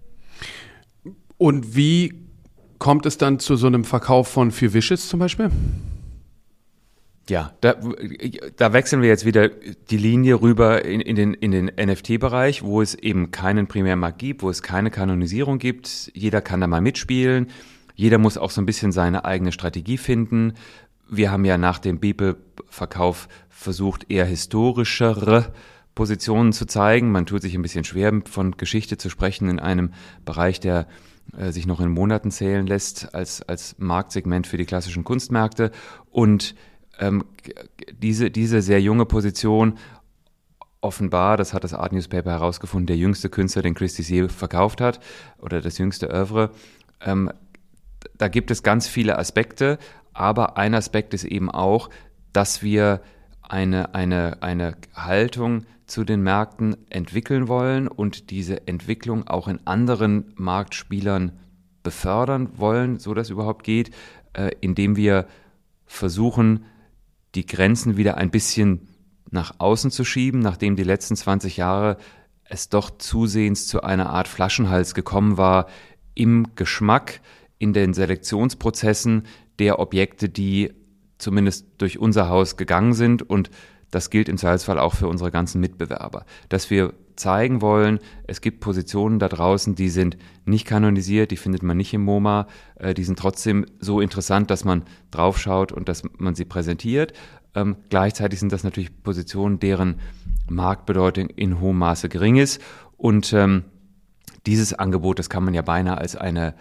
Und wie kommt es dann zu so einem Verkauf von Few Wishes zum Beispiel? Ja, da wechseln wir jetzt wieder die Linie rüber in den NFT-Bereich, wo es eben keinen Primärmarkt gibt, wo es keine Kanonisierung gibt. Jeder kann da mal mitspielen. Jeder muss auch so ein bisschen seine eigene Strategie finden. Wir haben ja nach dem Beeple-Verkauf versucht, eher historischere Positionen zu zeigen. Man tut sich ein bisschen schwer, von Geschichte zu sprechen in einem Bereich, der sich noch in Monaten zählen lässt als Marktsegment für die klassischen Kunstmärkte. Und diese sehr junge Position, offenbar, das hat das Art Newspaper herausgefunden, der jüngste Künstler, den Christie's je verkauft hat, oder das jüngste Œuvre. Da gibt es ganz viele Aspekte, aber ein Aspekt ist eben auch, dass wir eine Haltung zu den Märkten entwickeln wollen und diese Entwicklung auch in anderen Marktspielern befördern wollen, so das überhaupt geht, indem wir versuchen, die Grenzen wieder ein bisschen nach außen zu schieben, nachdem die letzten 20 Jahre es doch zusehends zu einer Art Flaschenhals gekommen war im Geschmack, in den Selektionsprozessen der Objekte, die zumindest durch unser Haus gegangen sind, und das gilt im Zweifelsfall auch für unsere ganzen Mitbewerber, dass wir zeigen wollen, es gibt Positionen da draußen, die sind nicht kanonisiert, die findet man nicht im MoMA, die sind trotzdem so interessant, dass man draufschaut und dass man sie präsentiert. Gleichzeitig sind das natürlich Positionen, deren Marktbedeutung in hohem Maße gering ist, und dieses Angebot, das kann man ja beinahe als eine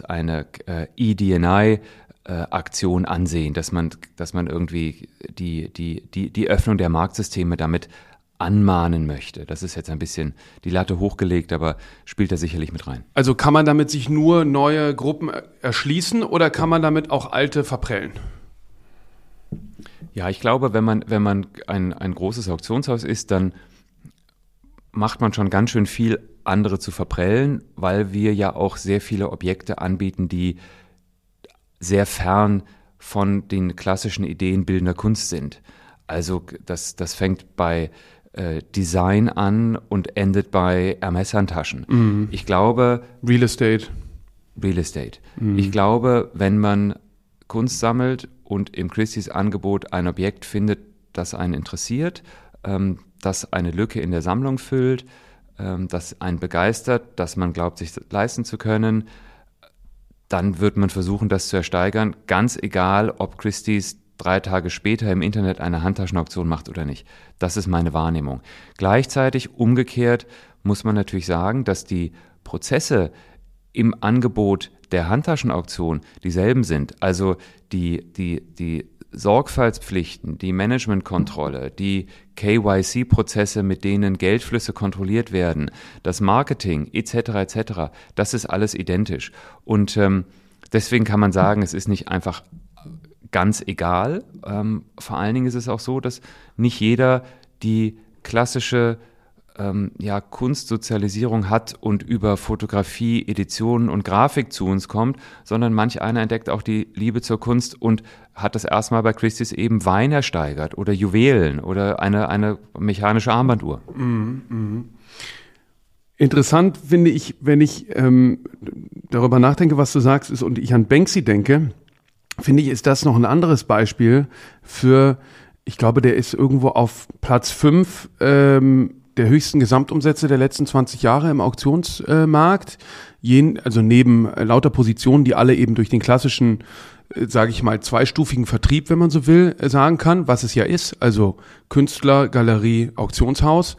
ED&I-Aktion ansehen, dass man irgendwie die Öffnung der Marktsysteme damit anmahnen möchte. Das ist jetzt ein bisschen die Latte hochgelegt, aber spielt da sicherlich mit rein. Also kann man damit sich nur neue Gruppen erschließen oder kann man damit auch alte verprellen? Ja, ich glaube, wenn man ein großes Auktionshaus ist, dann macht man schon ganz schön viel, andere zu verprellen, weil wir ja auch sehr viele Objekte anbieten, die sehr fern von den klassischen Ideen bildender Kunst sind. Also das fängt bei Design an und endet bei Hermes-Handtaschen. Mhm. Ich glaube... Real Estate. Mhm. Ich glaube, wenn man Kunst sammelt und im Christie's Angebot ein Objekt findet, das einen interessiert, das eine Lücke in der Sammlung füllt, das einen begeistert, das man glaubt, sich leisten zu können, dann wird man versuchen, das zu ersteigern, ganz egal, ob Christie's 3 Tage später im Internet eine Handtaschenauktion macht oder nicht. Das ist meine Wahrnehmung. Gleichzeitig, umgekehrt, muss man natürlich sagen, dass die Prozesse im Angebot der Handtaschenauktion dieselben sind. Also die Sorgfaltspflichten, die Managementkontrolle, die KYC-Prozesse, mit denen Geldflüsse kontrolliert werden, das Marketing etc., das ist alles identisch. Und deswegen kann man sagen, es ist nicht einfach ganz egal. Vor allen Dingen ist es auch so, dass nicht jeder die klassische Kunstsozialisierung hat und über Fotografie, Editionen und Grafik zu uns kommt, sondern manch einer entdeckt auch die Liebe zur Kunst und hat das erstmal bei Christie's eben Wein ersteigert oder Juwelen oder eine mechanische Armbanduhr. Interessant finde ich, wenn ich darüber nachdenke, was du sagst, ist, und ich an Banksy denke, finde ich, ist das noch ein anderes Beispiel für, ich glaube, der ist irgendwo auf Platz 5 der höchsten Gesamtumsätze der letzten 20 Jahre im Auktionsmarkt. Also neben lauter Positionen, die alle eben durch den klassischen, sage ich mal, zweistufigen Vertrieb, wenn man so will, sagen kann, was es ja ist, also Künstler, Galerie, Auktionshaus.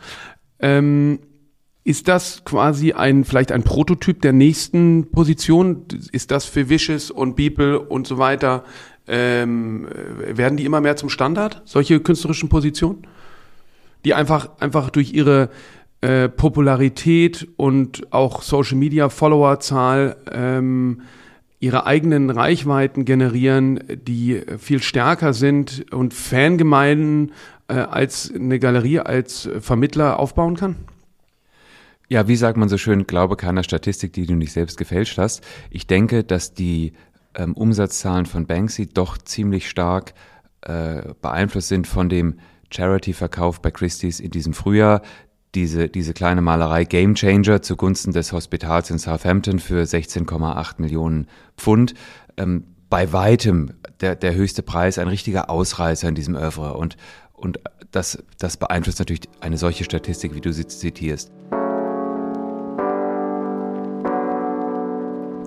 Ist das quasi vielleicht ein Prototyp der nächsten Position? Ist das für Vicious und Beeple und so weiter? Werden die immer mehr zum Standard, solche künstlerischen Positionen? Die einfach durch ihre Popularität und auch Social-Media-Follower-Zahl ihre eigenen Reichweiten generieren, die viel stärker sind und Fangemeinden als eine Galerie, als Vermittler aufbauen kann? Ja, wie sagt man so schön, glaube keiner Statistik, die du nicht selbst gefälscht hast. Ich denke, dass die Umsatzzahlen von Banksy doch ziemlich stark beeinflusst sind von dem Charity-Verkauf bei Christie's in diesem Frühjahr. Diese kleine Malerei Game Changer zugunsten des Hospitals in Southampton für 16,8 Millionen Pfund. Bei weitem der höchste Preis, ein richtiger Ausreißer in diesem Œuvre. Und das beeinflusst natürlich eine solche Statistik, wie du sie zitierst.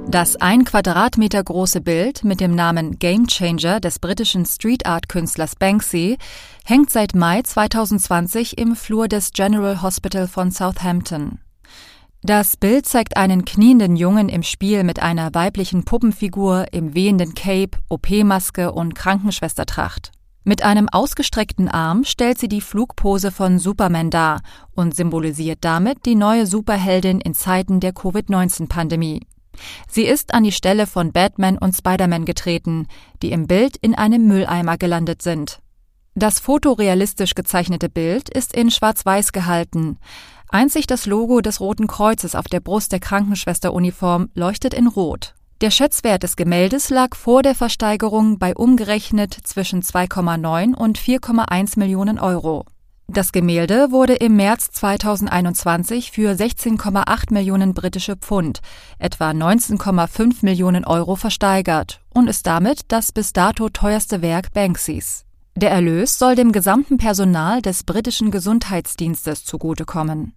Das 1 Quadratmeter große Bild mit dem Namen Game Changer des britischen Street-Art-Künstlers Banksy hängt seit Mai 2020 im Flur des General Hospital von Southampton. Das Bild zeigt einen knienden Jungen im Spiel mit einer weiblichen Puppenfigur im wehenden Cape, OP-Maske und Krankenschwestertracht. Mit einem ausgestreckten Arm stellt sie die Flugpose von Superman dar und symbolisiert damit die neue Superheldin in Zeiten der Covid-19-Pandemie. Sie ist an die Stelle von Batman und Spider-Man getreten, die im Bild in einem Mülleimer gelandet sind. Das fotorealistisch gezeichnete Bild ist in Schwarz-Weiß gehalten. Einzig das Logo des Roten Kreuzes auf der Brust der Krankenschwesteruniform leuchtet in Rot. Der Schätzwert des Gemäldes lag vor der Versteigerung bei umgerechnet zwischen 2,9 und 4,1 Millionen Euro. Das Gemälde wurde im März 2021 für 16,8 Millionen britische Pfund, etwa 19,5 Millionen Euro versteigert und ist damit das bis dato teuerste Werk Banksys. Der Erlös soll dem gesamten Personal des britischen Gesundheitsdienstes zugutekommen.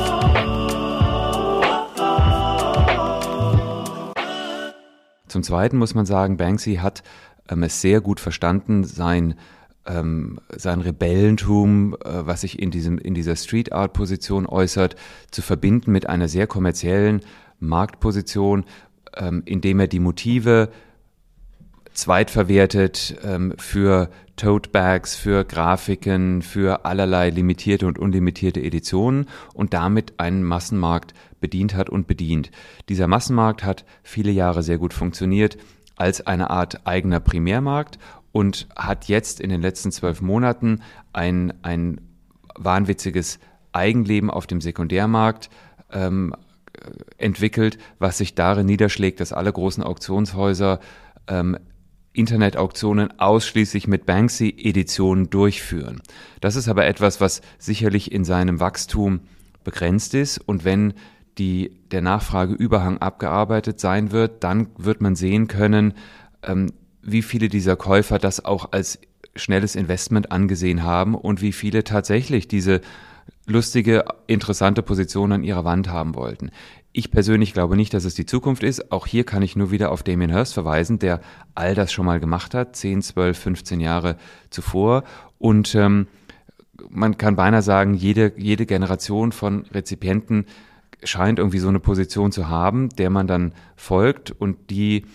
Zum Zweiten muss man sagen, Banksy hat es sehr gut verstanden, sein Rebellentum, was sich in dieser Street-Art-Position äußert, zu verbinden mit einer sehr kommerziellen Marktposition, indem er die Motive zweitverwertet für Tote-Bags, für Grafiken, für allerlei limitierte und unlimitierte Editionen und damit einen Massenmarkt bedient hat und bedient. Dieser Massenmarkt hat viele Jahre sehr gut funktioniert als eine Art eigener Primärmarkt und hat jetzt in den letzten 12 Monaten ein wahnwitziges Eigenleben auf dem Sekundärmarkt entwickelt, was sich darin niederschlägt, dass alle großen Auktionshäuser Internetauktionen ausschließlich mit Banksy-Editionen durchführen. Das ist aber etwas, was sicherlich in seinem Wachstum begrenzt ist und wenn der Nachfrageüberhang abgearbeitet sein wird, dann wird man sehen können, wie viele dieser Käufer das auch als schnelles Investment angesehen haben und wie viele tatsächlich diese lustige, interessante Position an ihrer Wand haben wollten. Ich persönlich glaube nicht, dass es die Zukunft ist. Auch hier kann ich nur wieder auf Damien Hirst verweisen, der all das schon mal gemacht hat, 10, 12, 15 Jahre zuvor. Und man kann beinahe sagen, jede Generation von Rezipienten scheint irgendwie so eine Position zu haben, der man dann folgt und die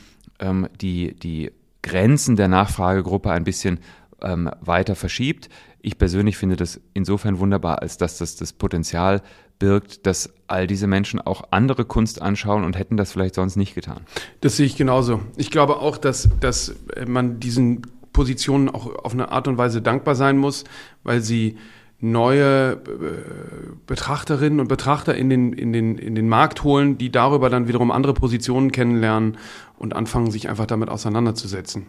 Grenzen der Nachfragegruppe ein bisschen weiter verschiebt. Ich persönlich finde das insofern wunderbar, als dass das Potenzial birgt, dass all diese Menschen auch andere Kunst anschauen und hätten das vielleicht sonst nicht getan. Das sehe ich genauso. Ich glaube auch, dass man diesen Positionen auch auf eine Art und Weise dankbar sein muss, weil sie neue Betrachterinnen und Betrachter in den Markt holen, die darüber dann wiederum andere Positionen kennenlernen und anfangen, sich einfach damit auseinanderzusetzen.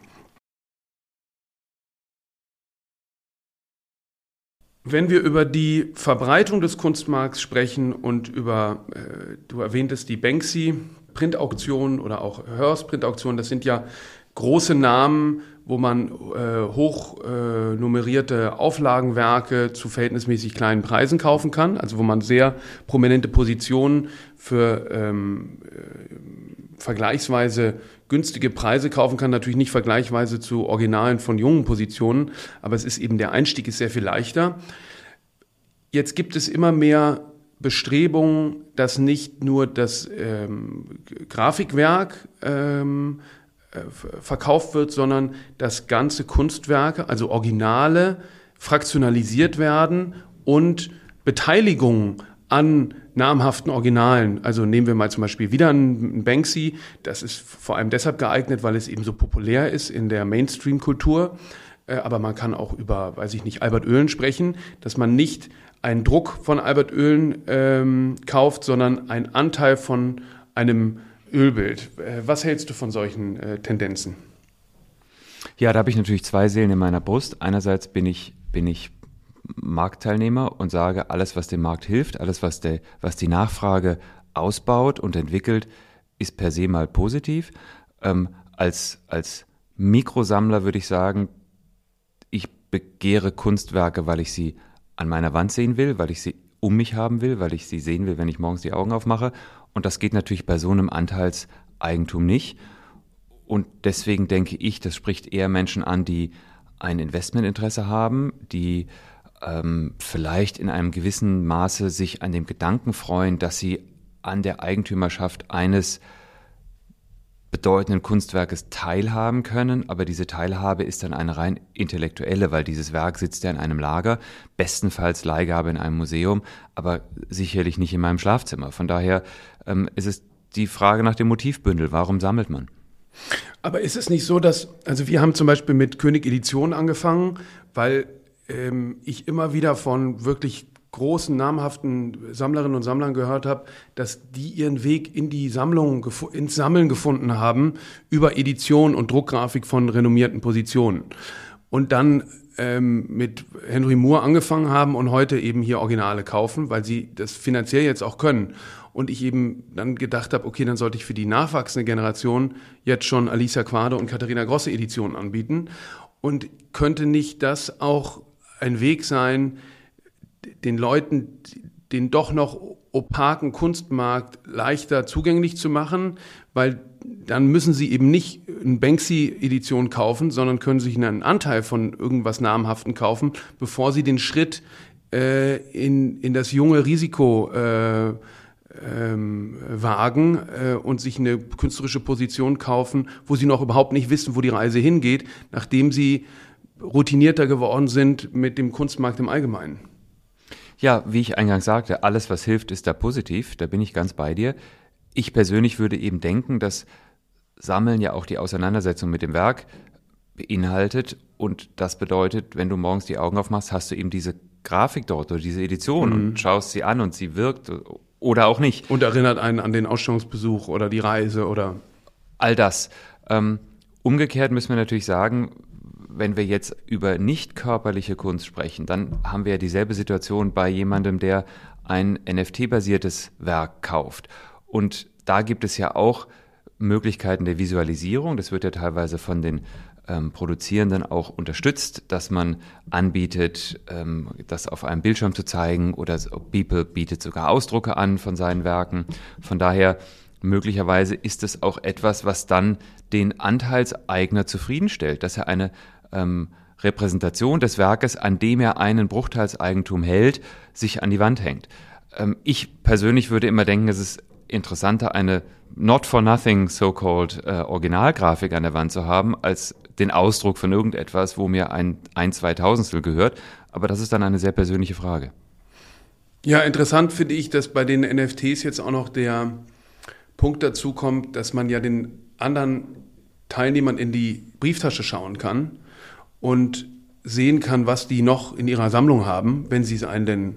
Wenn wir über die Verbreitung des Kunstmarkts sprechen und über, du erwähntest die Banksy-Printauktion oder auch Hearst-Printauktion, das sind ja große Namen, wo man hoch nummerierte Auflagenwerke zu verhältnismäßig kleinen Preisen kaufen kann, also wo man sehr prominente Positionen für vergleichsweise günstige Preise kaufen kann, natürlich nicht vergleichsweise zu Originalen von jungen Positionen, aber es ist eben, der Einstieg ist sehr viel leichter. Jetzt gibt es immer mehr Bestrebungen, dass nicht nur das Grafikwerk verkauft wird, sondern dass ganze Kunstwerke, also Originale, fraktionalisiert werden und Beteiligungen an namhaften Originalen. Also nehmen wir mal zum Beispiel wieder einen Banksy. Das ist vor allem deshalb geeignet, weil es eben so populär ist in der Mainstream-Kultur. Aber man kann auch über, weiß ich nicht, Albert Oehlen sprechen, dass man nicht einen Druck von Albert Oehlen kauft, sondern einen Anteil von einem Ölbild. Was hältst du von solchen Tendenzen? Ja, da habe ich natürlich zwei Seelen in meiner Brust. Einerseits bin ich Marktteilnehmer und sage, alles, was dem Markt hilft, alles, was die Nachfrage ausbaut und entwickelt, ist per se mal positiv. Als Mikrosammler würde ich sagen, ich begehre Kunstwerke, weil ich sie an meiner Wand sehen will, weil ich sie um mich haben will, weil ich sie sehen will, wenn ich morgens die Augen aufmache. Und das geht natürlich bei so einem Eigentum nicht. Und deswegen denke ich, das spricht eher Menschen an, die ein Investmentinteresse haben, die vielleicht in einem gewissen Maße sich an dem Gedanken freuen, dass sie an der Eigentümerschaft eines bedeutenden Kunstwerkes teilhaben können, aber diese Teilhabe ist dann eine rein intellektuelle, weil dieses Werk sitzt ja in einem Lager, bestenfalls Leihgabe in einem Museum, aber sicherlich nicht in meinem Schlafzimmer. Von daher ist es die Frage nach dem Motivbündel, warum sammelt man? Aber ist es nicht so, also wir haben zum Beispiel mit König Edition angefangen, weil ich immer wieder von wirklich großen, namhaften Sammlerinnen und Sammlern gehört habe, dass die ihren Weg in die Sammlung, ins Sammeln gefunden haben über Edition und Druckgrafik von renommierten Positionen. Und dann mit Henry Moore angefangen haben und heute eben hier Originale kaufen, weil sie das finanziell jetzt auch können. Und ich eben dann gedacht habe, okay, dann sollte ich für die nachwachsende Generation jetzt schon Alicia Quade und Katharina Grosse Editionen anbieten. Und könnte nicht das auch ein Weg sein, den Leuten den doch noch opaken Kunstmarkt leichter zugänglich zu machen, weil dann müssen sie eben nicht eine Banksy-Edition kaufen, sondern können sich einen Anteil von irgendwas Namhaften kaufen, bevor sie den Schritt in das junge Risiko wagen und sich eine künstlerische Position kaufen, wo sie noch überhaupt nicht wissen, wo die Reise hingeht, nachdem sie routinierter geworden sind mit dem Kunstmarkt im Allgemeinen. Ja, wie ich eingangs sagte, alles, was hilft, ist da positiv. Da bin ich ganz bei dir. Ich persönlich würde eben denken, dass Sammeln ja auch die Auseinandersetzung mit dem Werk beinhaltet. Und das bedeutet, wenn du morgens die Augen aufmachst, hast du eben diese Grafik dort oder diese Edition und schaust sie an und sie wirkt oder auch nicht. Und erinnert einen an den Ausstellungsbesuch oder die Reise oder all das. Umgekehrt müssen wir natürlich sagen, wenn wir jetzt über nicht körperliche Kunst sprechen, dann haben wir ja dieselbe Situation bei jemandem, der ein NFT-basiertes Werk kauft. Und da gibt es ja auch Möglichkeiten der Visualisierung. Das wird ja teilweise von den Produzierenden auch unterstützt, dass man anbietet, das auf einem Bildschirm zu zeigen, oder Beeple bietet sogar Ausdrucke an von seinen Werken. Von daher möglicherweise ist es auch etwas, was dann den Anteilseigner zufriedenstellt, dass er eine Repräsentation des Werkes, an dem er einen Bruchteilseigentum hält, sich an die Wand hängt. Ich persönlich würde immer denken, es ist interessanter, eine not for nothing so-called Originalgrafik an der Wand zu haben, als den Ausdruck von irgendetwas, wo mir ein 2/1000 gehört. Aber das ist dann eine sehr persönliche Frage. Ja, interessant finde ich, dass bei den NFTs jetzt auch noch der Punkt dazu kommt, dass man ja den anderen Teilnehmern in die Brieftasche schauen kann und sehen kann, was die noch in ihrer Sammlung haben, wenn sie es einen denn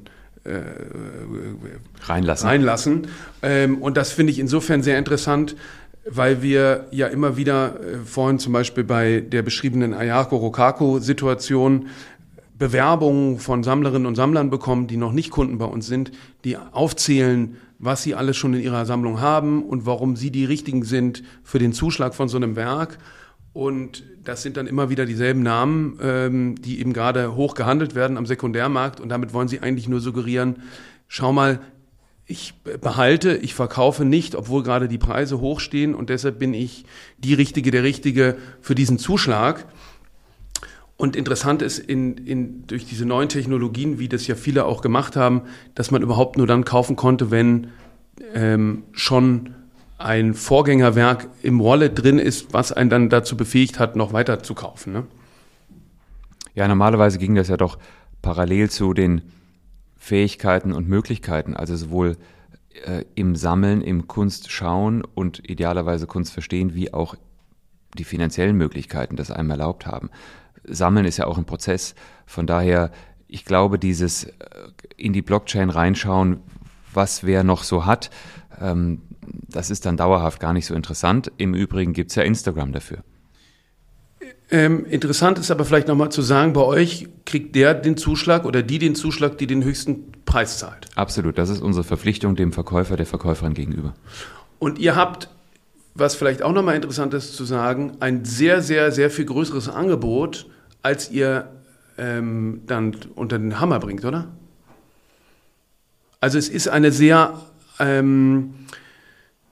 reinlassen. Und das finde ich insofern sehr interessant, weil wir ja immer wieder vorhin zum Beispiel bei der beschriebenen Ayako Rokako-Situation Bewerbungen von Sammlerinnen und Sammlern bekommen, die noch nicht Kunden bei uns sind, die aufzählen, was sie alles schon in ihrer Sammlung haben und warum sie die Richtigen sind für den Zuschlag von so einem Werk. Und das sind dann immer wieder dieselben Namen, die eben gerade hoch gehandelt werden am Sekundärmarkt. Und damit wollen sie eigentlich nur suggerieren, schau mal, ich behalte, ich verkaufe nicht, obwohl gerade die Preise hochstehen. Und deshalb bin ich die Richtige, der Richtige für diesen Zuschlag. Und interessant ist durch diese neuen Technologien, wie das ja viele auch gemacht haben, dass man überhaupt nur dann kaufen konnte, wenn schon ein Vorgängerwerk im Wallet drin ist, was einen dann dazu befähigt hat, noch weiter zu kaufen. Ne? Ja, normalerweise ging das ja doch parallel zu den Fähigkeiten und Möglichkeiten, also sowohl im Sammeln, im Kunstschauen und idealerweise Kunst verstehen, wie auch die finanziellen Möglichkeiten das einem erlaubt haben. Sammeln ist ja auch ein Prozess, von daher, ich glaube, dieses in die Blockchain reinschauen, was wer noch so hat, das ist dann dauerhaft gar nicht so interessant. Im Übrigen gibt es ja Instagram dafür. Interessant ist aber vielleicht nochmal zu sagen, bei euch kriegt der den Zuschlag oder die den Zuschlag, die den höchsten Preis zahlt. Absolut, das ist unsere Verpflichtung dem Verkäufer, der Verkäuferin gegenüber. Und ihr habt, was vielleicht auch nochmal interessant ist zu sagen, ein sehr, sehr, sehr viel größeres Angebot, als ihr dann unter den Hammer bringt, oder? Also es ist eine sehr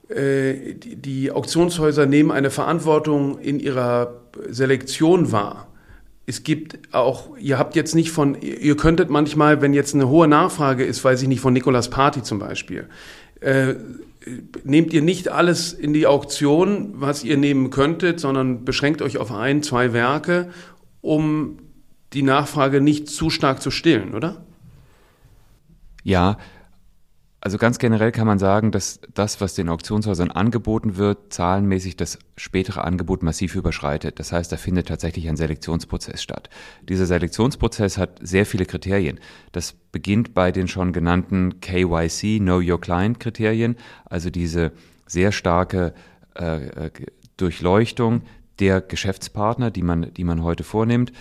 die Auktionshäuser nehmen eine Verantwortung in ihrer Selektion wahr. Es gibt auch, ihr könntet manchmal, wenn jetzt eine hohe Nachfrage ist, weiß ich nicht, von Nicolas Party zum Beispiel, nehmt ihr nicht alles in die Auktion, was ihr nehmen könntet, sondern beschränkt euch auf 1, 2 Werke, um die Nachfrage nicht zu stark zu stillen, oder? Ja, also ganz generell kann man sagen, dass das, was den Auktionshäusern angeboten wird, zahlenmäßig das spätere Angebot massiv überschreitet. Das heißt, da findet tatsächlich ein Selektionsprozess statt. Dieser Selektionsprozess hat sehr viele Kriterien. Das beginnt bei den schon genannten KYC, Know Your Client Kriterien, also diese sehr starke Durchleuchtung der Geschäftspartner, die man heute vornimmt.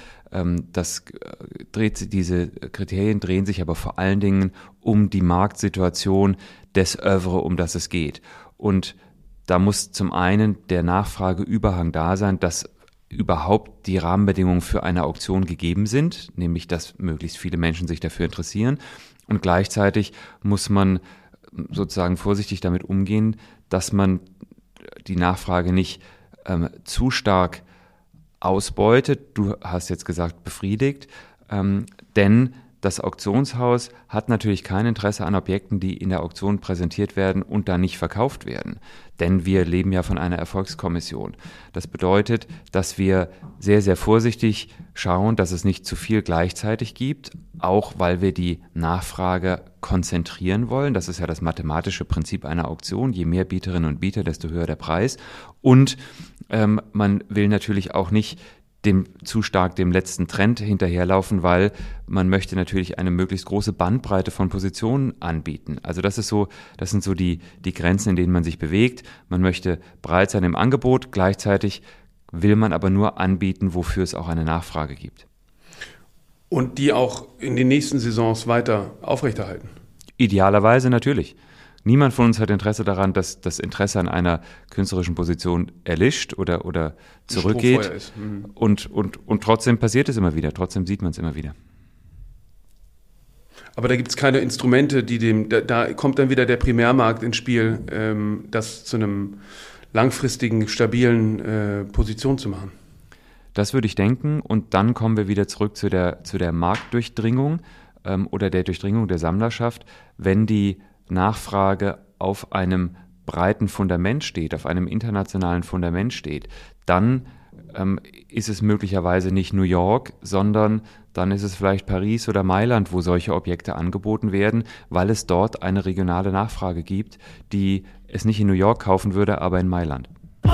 Diese Kriterien drehen sich aber vor allen Dingen um die Marktsituation des Œuvre, um das es geht. Und da muss zum einen der Nachfrageüberhang da sein, dass überhaupt die Rahmenbedingungen für eine Auktion gegeben sind, nämlich dass möglichst viele Menschen sich dafür interessieren. Und gleichzeitig muss man sozusagen vorsichtig damit umgehen, dass man die Nachfrage nicht zu stark ausbeutet, du hast jetzt gesagt befriedigt, denn das Auktionshaus hat natürlich kein Interesse an Objekten, die in der Auktion präsentiert werden und dann nicht verkauft werden. Denn wir leben ja von einer Erfolgskommission. Das bedeutet, dass wir sehr, sehr vorsichtig schauen, dass es nicht zu viel gleichzeitig gibt, auch weil wir die Nachfrage konzentrieren wollen. Das ist ja das mathematische Prinzip einer Auktion. Je mehr Bieterinnen und Bieter, desto höher der Preis. Und man will natürlich auch nicht zu stark dem letzten Trend hinterherlaufen, weil man möchte natürlich eine möglichst große Bandbreite von Positionen anbieten. Also das sind so die Grenzen, in denen man sich bewegt. Man möchte breit sein im Angebot, gleichzeitig will man aber nur anbieten, wofür es auch eine Nachfrage gibt. Und die auch in den nächsten Saisons weiter aufrechterhalten? Idealerweise natürlich. Niemand von uns hat Interesse daran, dass das Interesse an einer künstlerischen Position erlischt oder zurückgeht. Und trotzdem passiert es immer wieder, trotzdem sieht man es immer wieder. Aber da gibt es keine Instrumente, da kommt dann wieder der Primärmarkt ins Spiel, das zu einem langfristigen, stabilen Position zu machen. Das würde ich denken, und dann kommen wir wieder zurück zu der Marktdurchdringung oder der Durchdringung der Sammlerschaft, wenn die Nachfrage auf einem breiten Fundament steht, auf einem internationalen Fundament steht, dann ist es möglicherweise nicht New York, sondern dann ist es vielleicht Paris oder Mailand, wo solche Objekte angeboten werden, weil es dort eine regionale Nachfrage gibt, die es nicht in New York kaufen würde, aber in Mailand.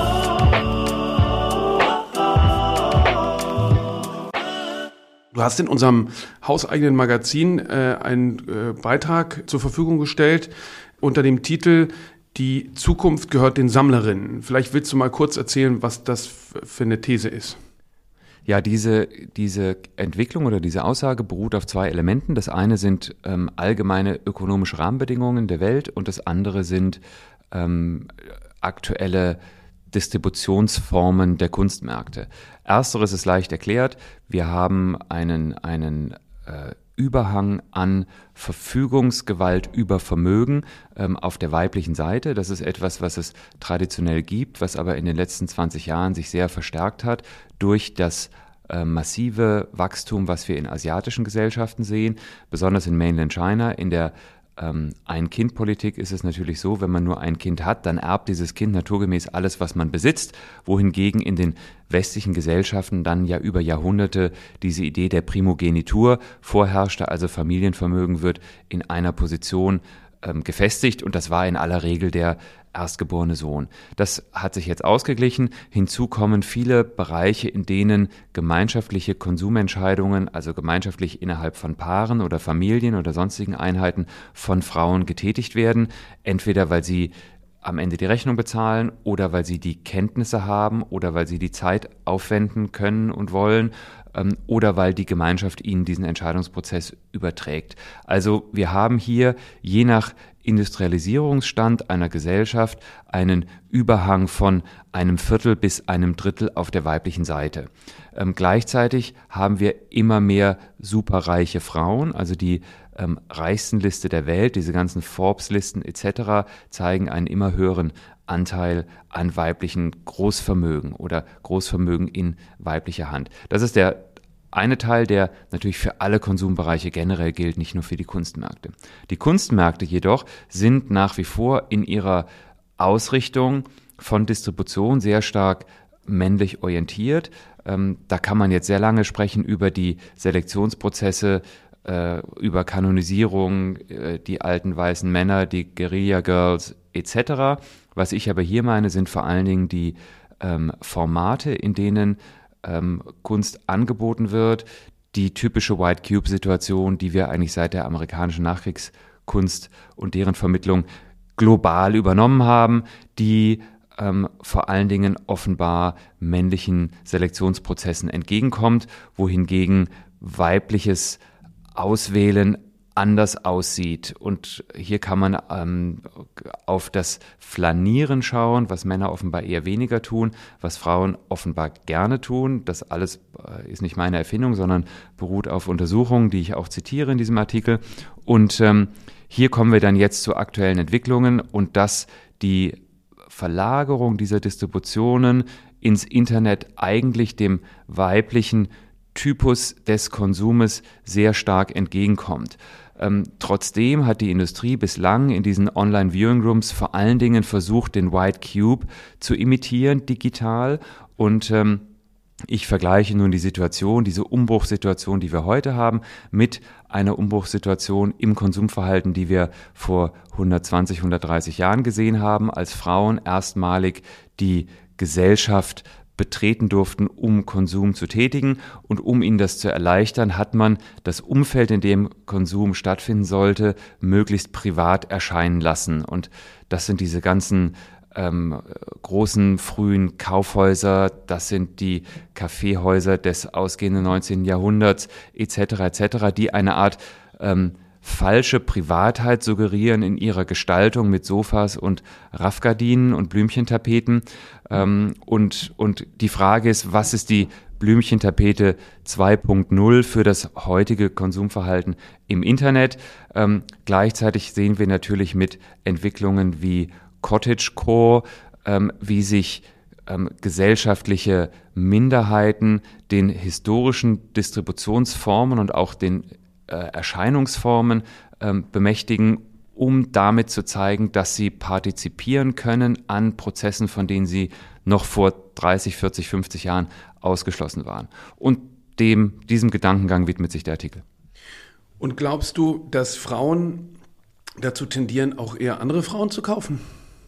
Du hast in unserem hauseigenen Magazin einen Beitrag zur Verfügung gestellt unter dem Titel „Die Zukunft gehört den Sammlerinnen". Vielleicht willst du mal kurz erzählen, was das für eine These ist. Ja, diese Entwicklung oder diese Aussage beruht auf 2 Elementen. Das eine sind allgemeine ökonomische Rahmenbedingungen der Welt und das andere sind aktuelle Distributionsformen der Kunstmärkte. Ersteres ist leicht erklärt. Wir haben einen Überhang an Verfügungsgewalt über Vermögen auf der weiblichen Seite. Das ist etwas, was es traditionell gibt, was aber in den letzten 20 Jahren sich sehr verstärkt hat durch das massive Wachstum, was wir in asiatischen Gesellschaften sehen, besonders in Mainland China. In der Ein-Kind-Politik ist es natürlich so, wenn man nur ein Kind hat, dann erbt dieses Kind naturgemäß alles, was man besitzt, wohingegen in den westlichen Gesellschaften dann ja über Jahrhunderte diese Idee der Primogenitur vorherrschte, also Familienvermögen wird in einer Position gefestigt und das war in aller Regel der erstgeborene Sohn. Das hat sich jetzt ausgeglichen. Hinzu kommen viele Bereiche, in denen gemeinschaftliche Konsumentscheidungen, also gemeinschaftlich innerhalb von Paaren oder Familien oder sonstigen Einheiten von Frauen getätigt werden, entweder weil sie am Ende die Rechnung bezahlen oder weil sie die Kenntnisse haben oder weil sie die Zeit aufwenden können und wollen oder weil die Gemeinschaft ihnen diesen Entscheidungsprozess überträgt. Also wir haben hier je nach Industrialisierungsstand einer Gesellschaft einen Überhang von einem Viertel bis einem Drittel auf der weiblichen Seite. Gleichzeitig haben wir immer mehr superreiche Frauen, also die reichsten Liste der Welt, diese ganzen Forbes-Listen etc. zeigen einen immer höheren Anteil an weiblichen Großvermögen oder Großvermögen in weiblicher Hand. Das ist der eine Teil, der natürlich für alle Konsumbereiche generell gilt, nicht nur für die Kunstmärkte. Die Kunstmärkte jedoch sind nach wie vor in ihrer Ausrichtung von Distribution sehr stark männlich orientiert. Da kann man jetzt sehr lange sprechen über die Selektionsprozesse, über Kanonisierung, die alten weißen Männer, die Guerilla Girls etc. Was ich aber hier meine, sind vor allen Dingen die Formate, in denen Kunst angeboten wird, die typische White Cube-Situation, die wir eigentlich seit der amerikanischen Nachkriegskunst und deren Vermittlung global übernommen haben, die vor allen Dingen offenbar männlichen Selektionsprozessen entgegenkommt, wohingegen weibliches Auswählen anders aussieht. Und hier kann man auf das Flanieren schauen, was Männer offenbar eher weniger tun, was Frauen offenbar gerne tun. Das alles ist nicht meine Erfindung, sondern beruht auf Untersuchungen, die ich auch zitiere in diesem Artikel. Und hier kommen wir dann jetzt zu aktuellen Entwicklungen und dass die Verlagerung dieser Distributionen ins Internet eigentlich dem weiblichen Typus des Konsumes sehr stark entgegenkommt. Trotzdem hat die Industrie bislang in diesen Online-Viewing-Rooms vor allen Dingen versucht, den White Cube zu imitieren, digital. Und ich vergleiche nun die Situation, diese Umbruchssituation, die wir heute haben, mit einer Umbruchssituation im Konsumverhalten, die wir vor 120, 130 Jahren gesehen haben, als Frauen erstmalig die Gesellschaft betreten durften, um Konsum zu tätigen. Und um ihnen das zu erleichtern, hat man das Umfeld, in dem Konsum stattfinden sollte, möglichst privat erscheinen lassen. Und das sind diese ganzen großen frühen Kaufhäuser, das sind die Kaffeehäuser des ausgehenden 19. Jahrhunderts etc., die eine Art falsche Privatheit suggerieren in ihrer Gestaltung mit Sofas und Raffgardinen und Blümchentapeten. Und die Frage ist, was ist die Blümchentapete 2.0 für das heutige Konsumverhalten im Internet? Gleichzeitig sehen wir natürlich mit Entwicklungen wie Cottagecore, wie sich gesellschaftliche Minderheiten den historischen Distributionsformen und auch den Erscheinungsformen bemächtigen, um damit zu zeigen, dass sie partizipieren können an Prozessen, von denen sie noch vor 30, 40, 50 Jahren ausgeschlossen waren. Und diesem Gedankengang widmet sich der Artikel. Und glaubst du, dass Frauen dazu tendieren, auch eher andere Frauen zu kaufen?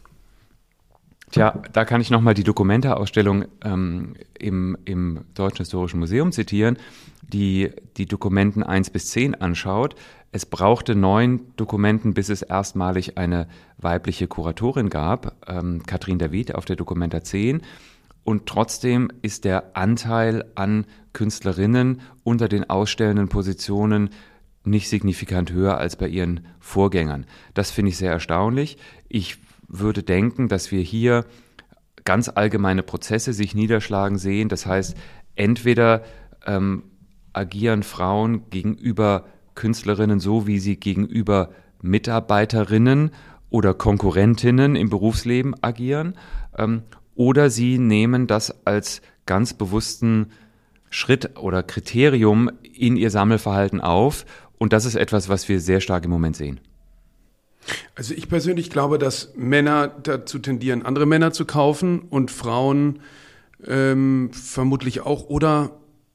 Tja, da kann ich nochmal die Documenta-Ausstellung im Deutschen Historischen Museum zitieren, die Dokumenten 1 bis 10 anschaut. Es brauchte 9 Dokumenten, bis es erstmalig eine weibliche Kuratorin gab, Katrin David auf der Documenta 10. Und trotzdem ist der Anteil an Künstlerinnen unter den ausstellenden Positionen nicht signifikant höher als bei ihren Vorgängern. Das finde ich sehr erstaunlich. Ich würde denken, dass wir hier ganz allgemeine Prozesse sich niederschlagen sehen. Das heißt, entweder agieren Frauen gegenüber Künstlerinnen so, wie sie gegenüber Mitarbeiterinnen oder Konkurrentinnen im Berufsleben agieren, oder sie nehmen das als ganz bewussten Schritt oder Kriterium in ihr Sammelverhalten auf. Und das ist etwas, was wir sehr stark im Moment sehen. Also ich persönlich glaube, dass Männer dazu tendieren, andere Männer zu kaufen und Frauen vermutlich auch oder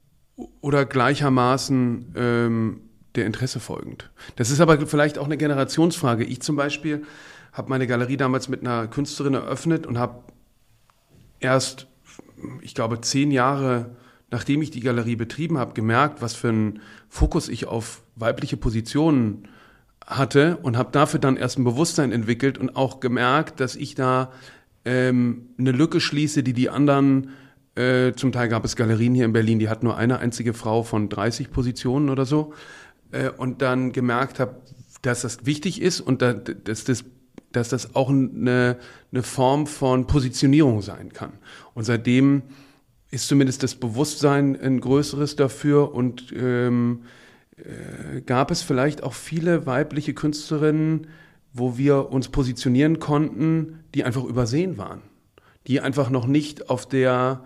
gleichermaßen der Interesse folgend. Das ist aber vielleicht auch eine Generationsfrage. Ich zum Beispiel habe meine Galerie damals mit einer Künstlerin eröffnet und habe erst, ich glaube, 10 Jahre, nachdem ich die Galerie betrieben habe, gemerkt, was für einen Fokus ich auf weibliche Positionen hatte und habe dafür dann erst ein Bewusstsein entwickelt und auch gemerkt, dass ich da eine Lücke schließe, die anderen, zum Teil gab es Galerien hier in Berlin, die hat nur eine einzige Frau von 30 Positionen oder so, und dann gemerkt habe, dass das wichtig ist und dass das auch eine Form von Positionierung sein kann. Und seitdem ist zumindest das Bewusstsein ein größeres dafür und gab es vielleicht auch viele weibliche Künstlerinnen, wo wir uns positionieren konnten, die einfach übersehen waren. Die einfach noch nicht auf der,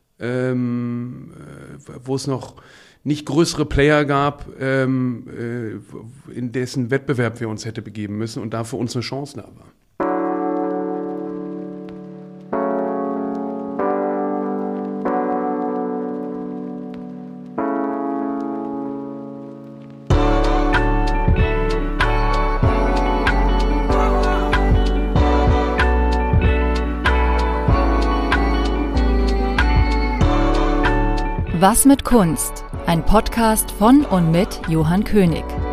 wo es noch nicht größere Player gab, in dessen Wettbewerb wir uns hätte begeben müssen und da für uns eine Chance da war. Was mit Kunst? Ein Podcast von und mit Johann König.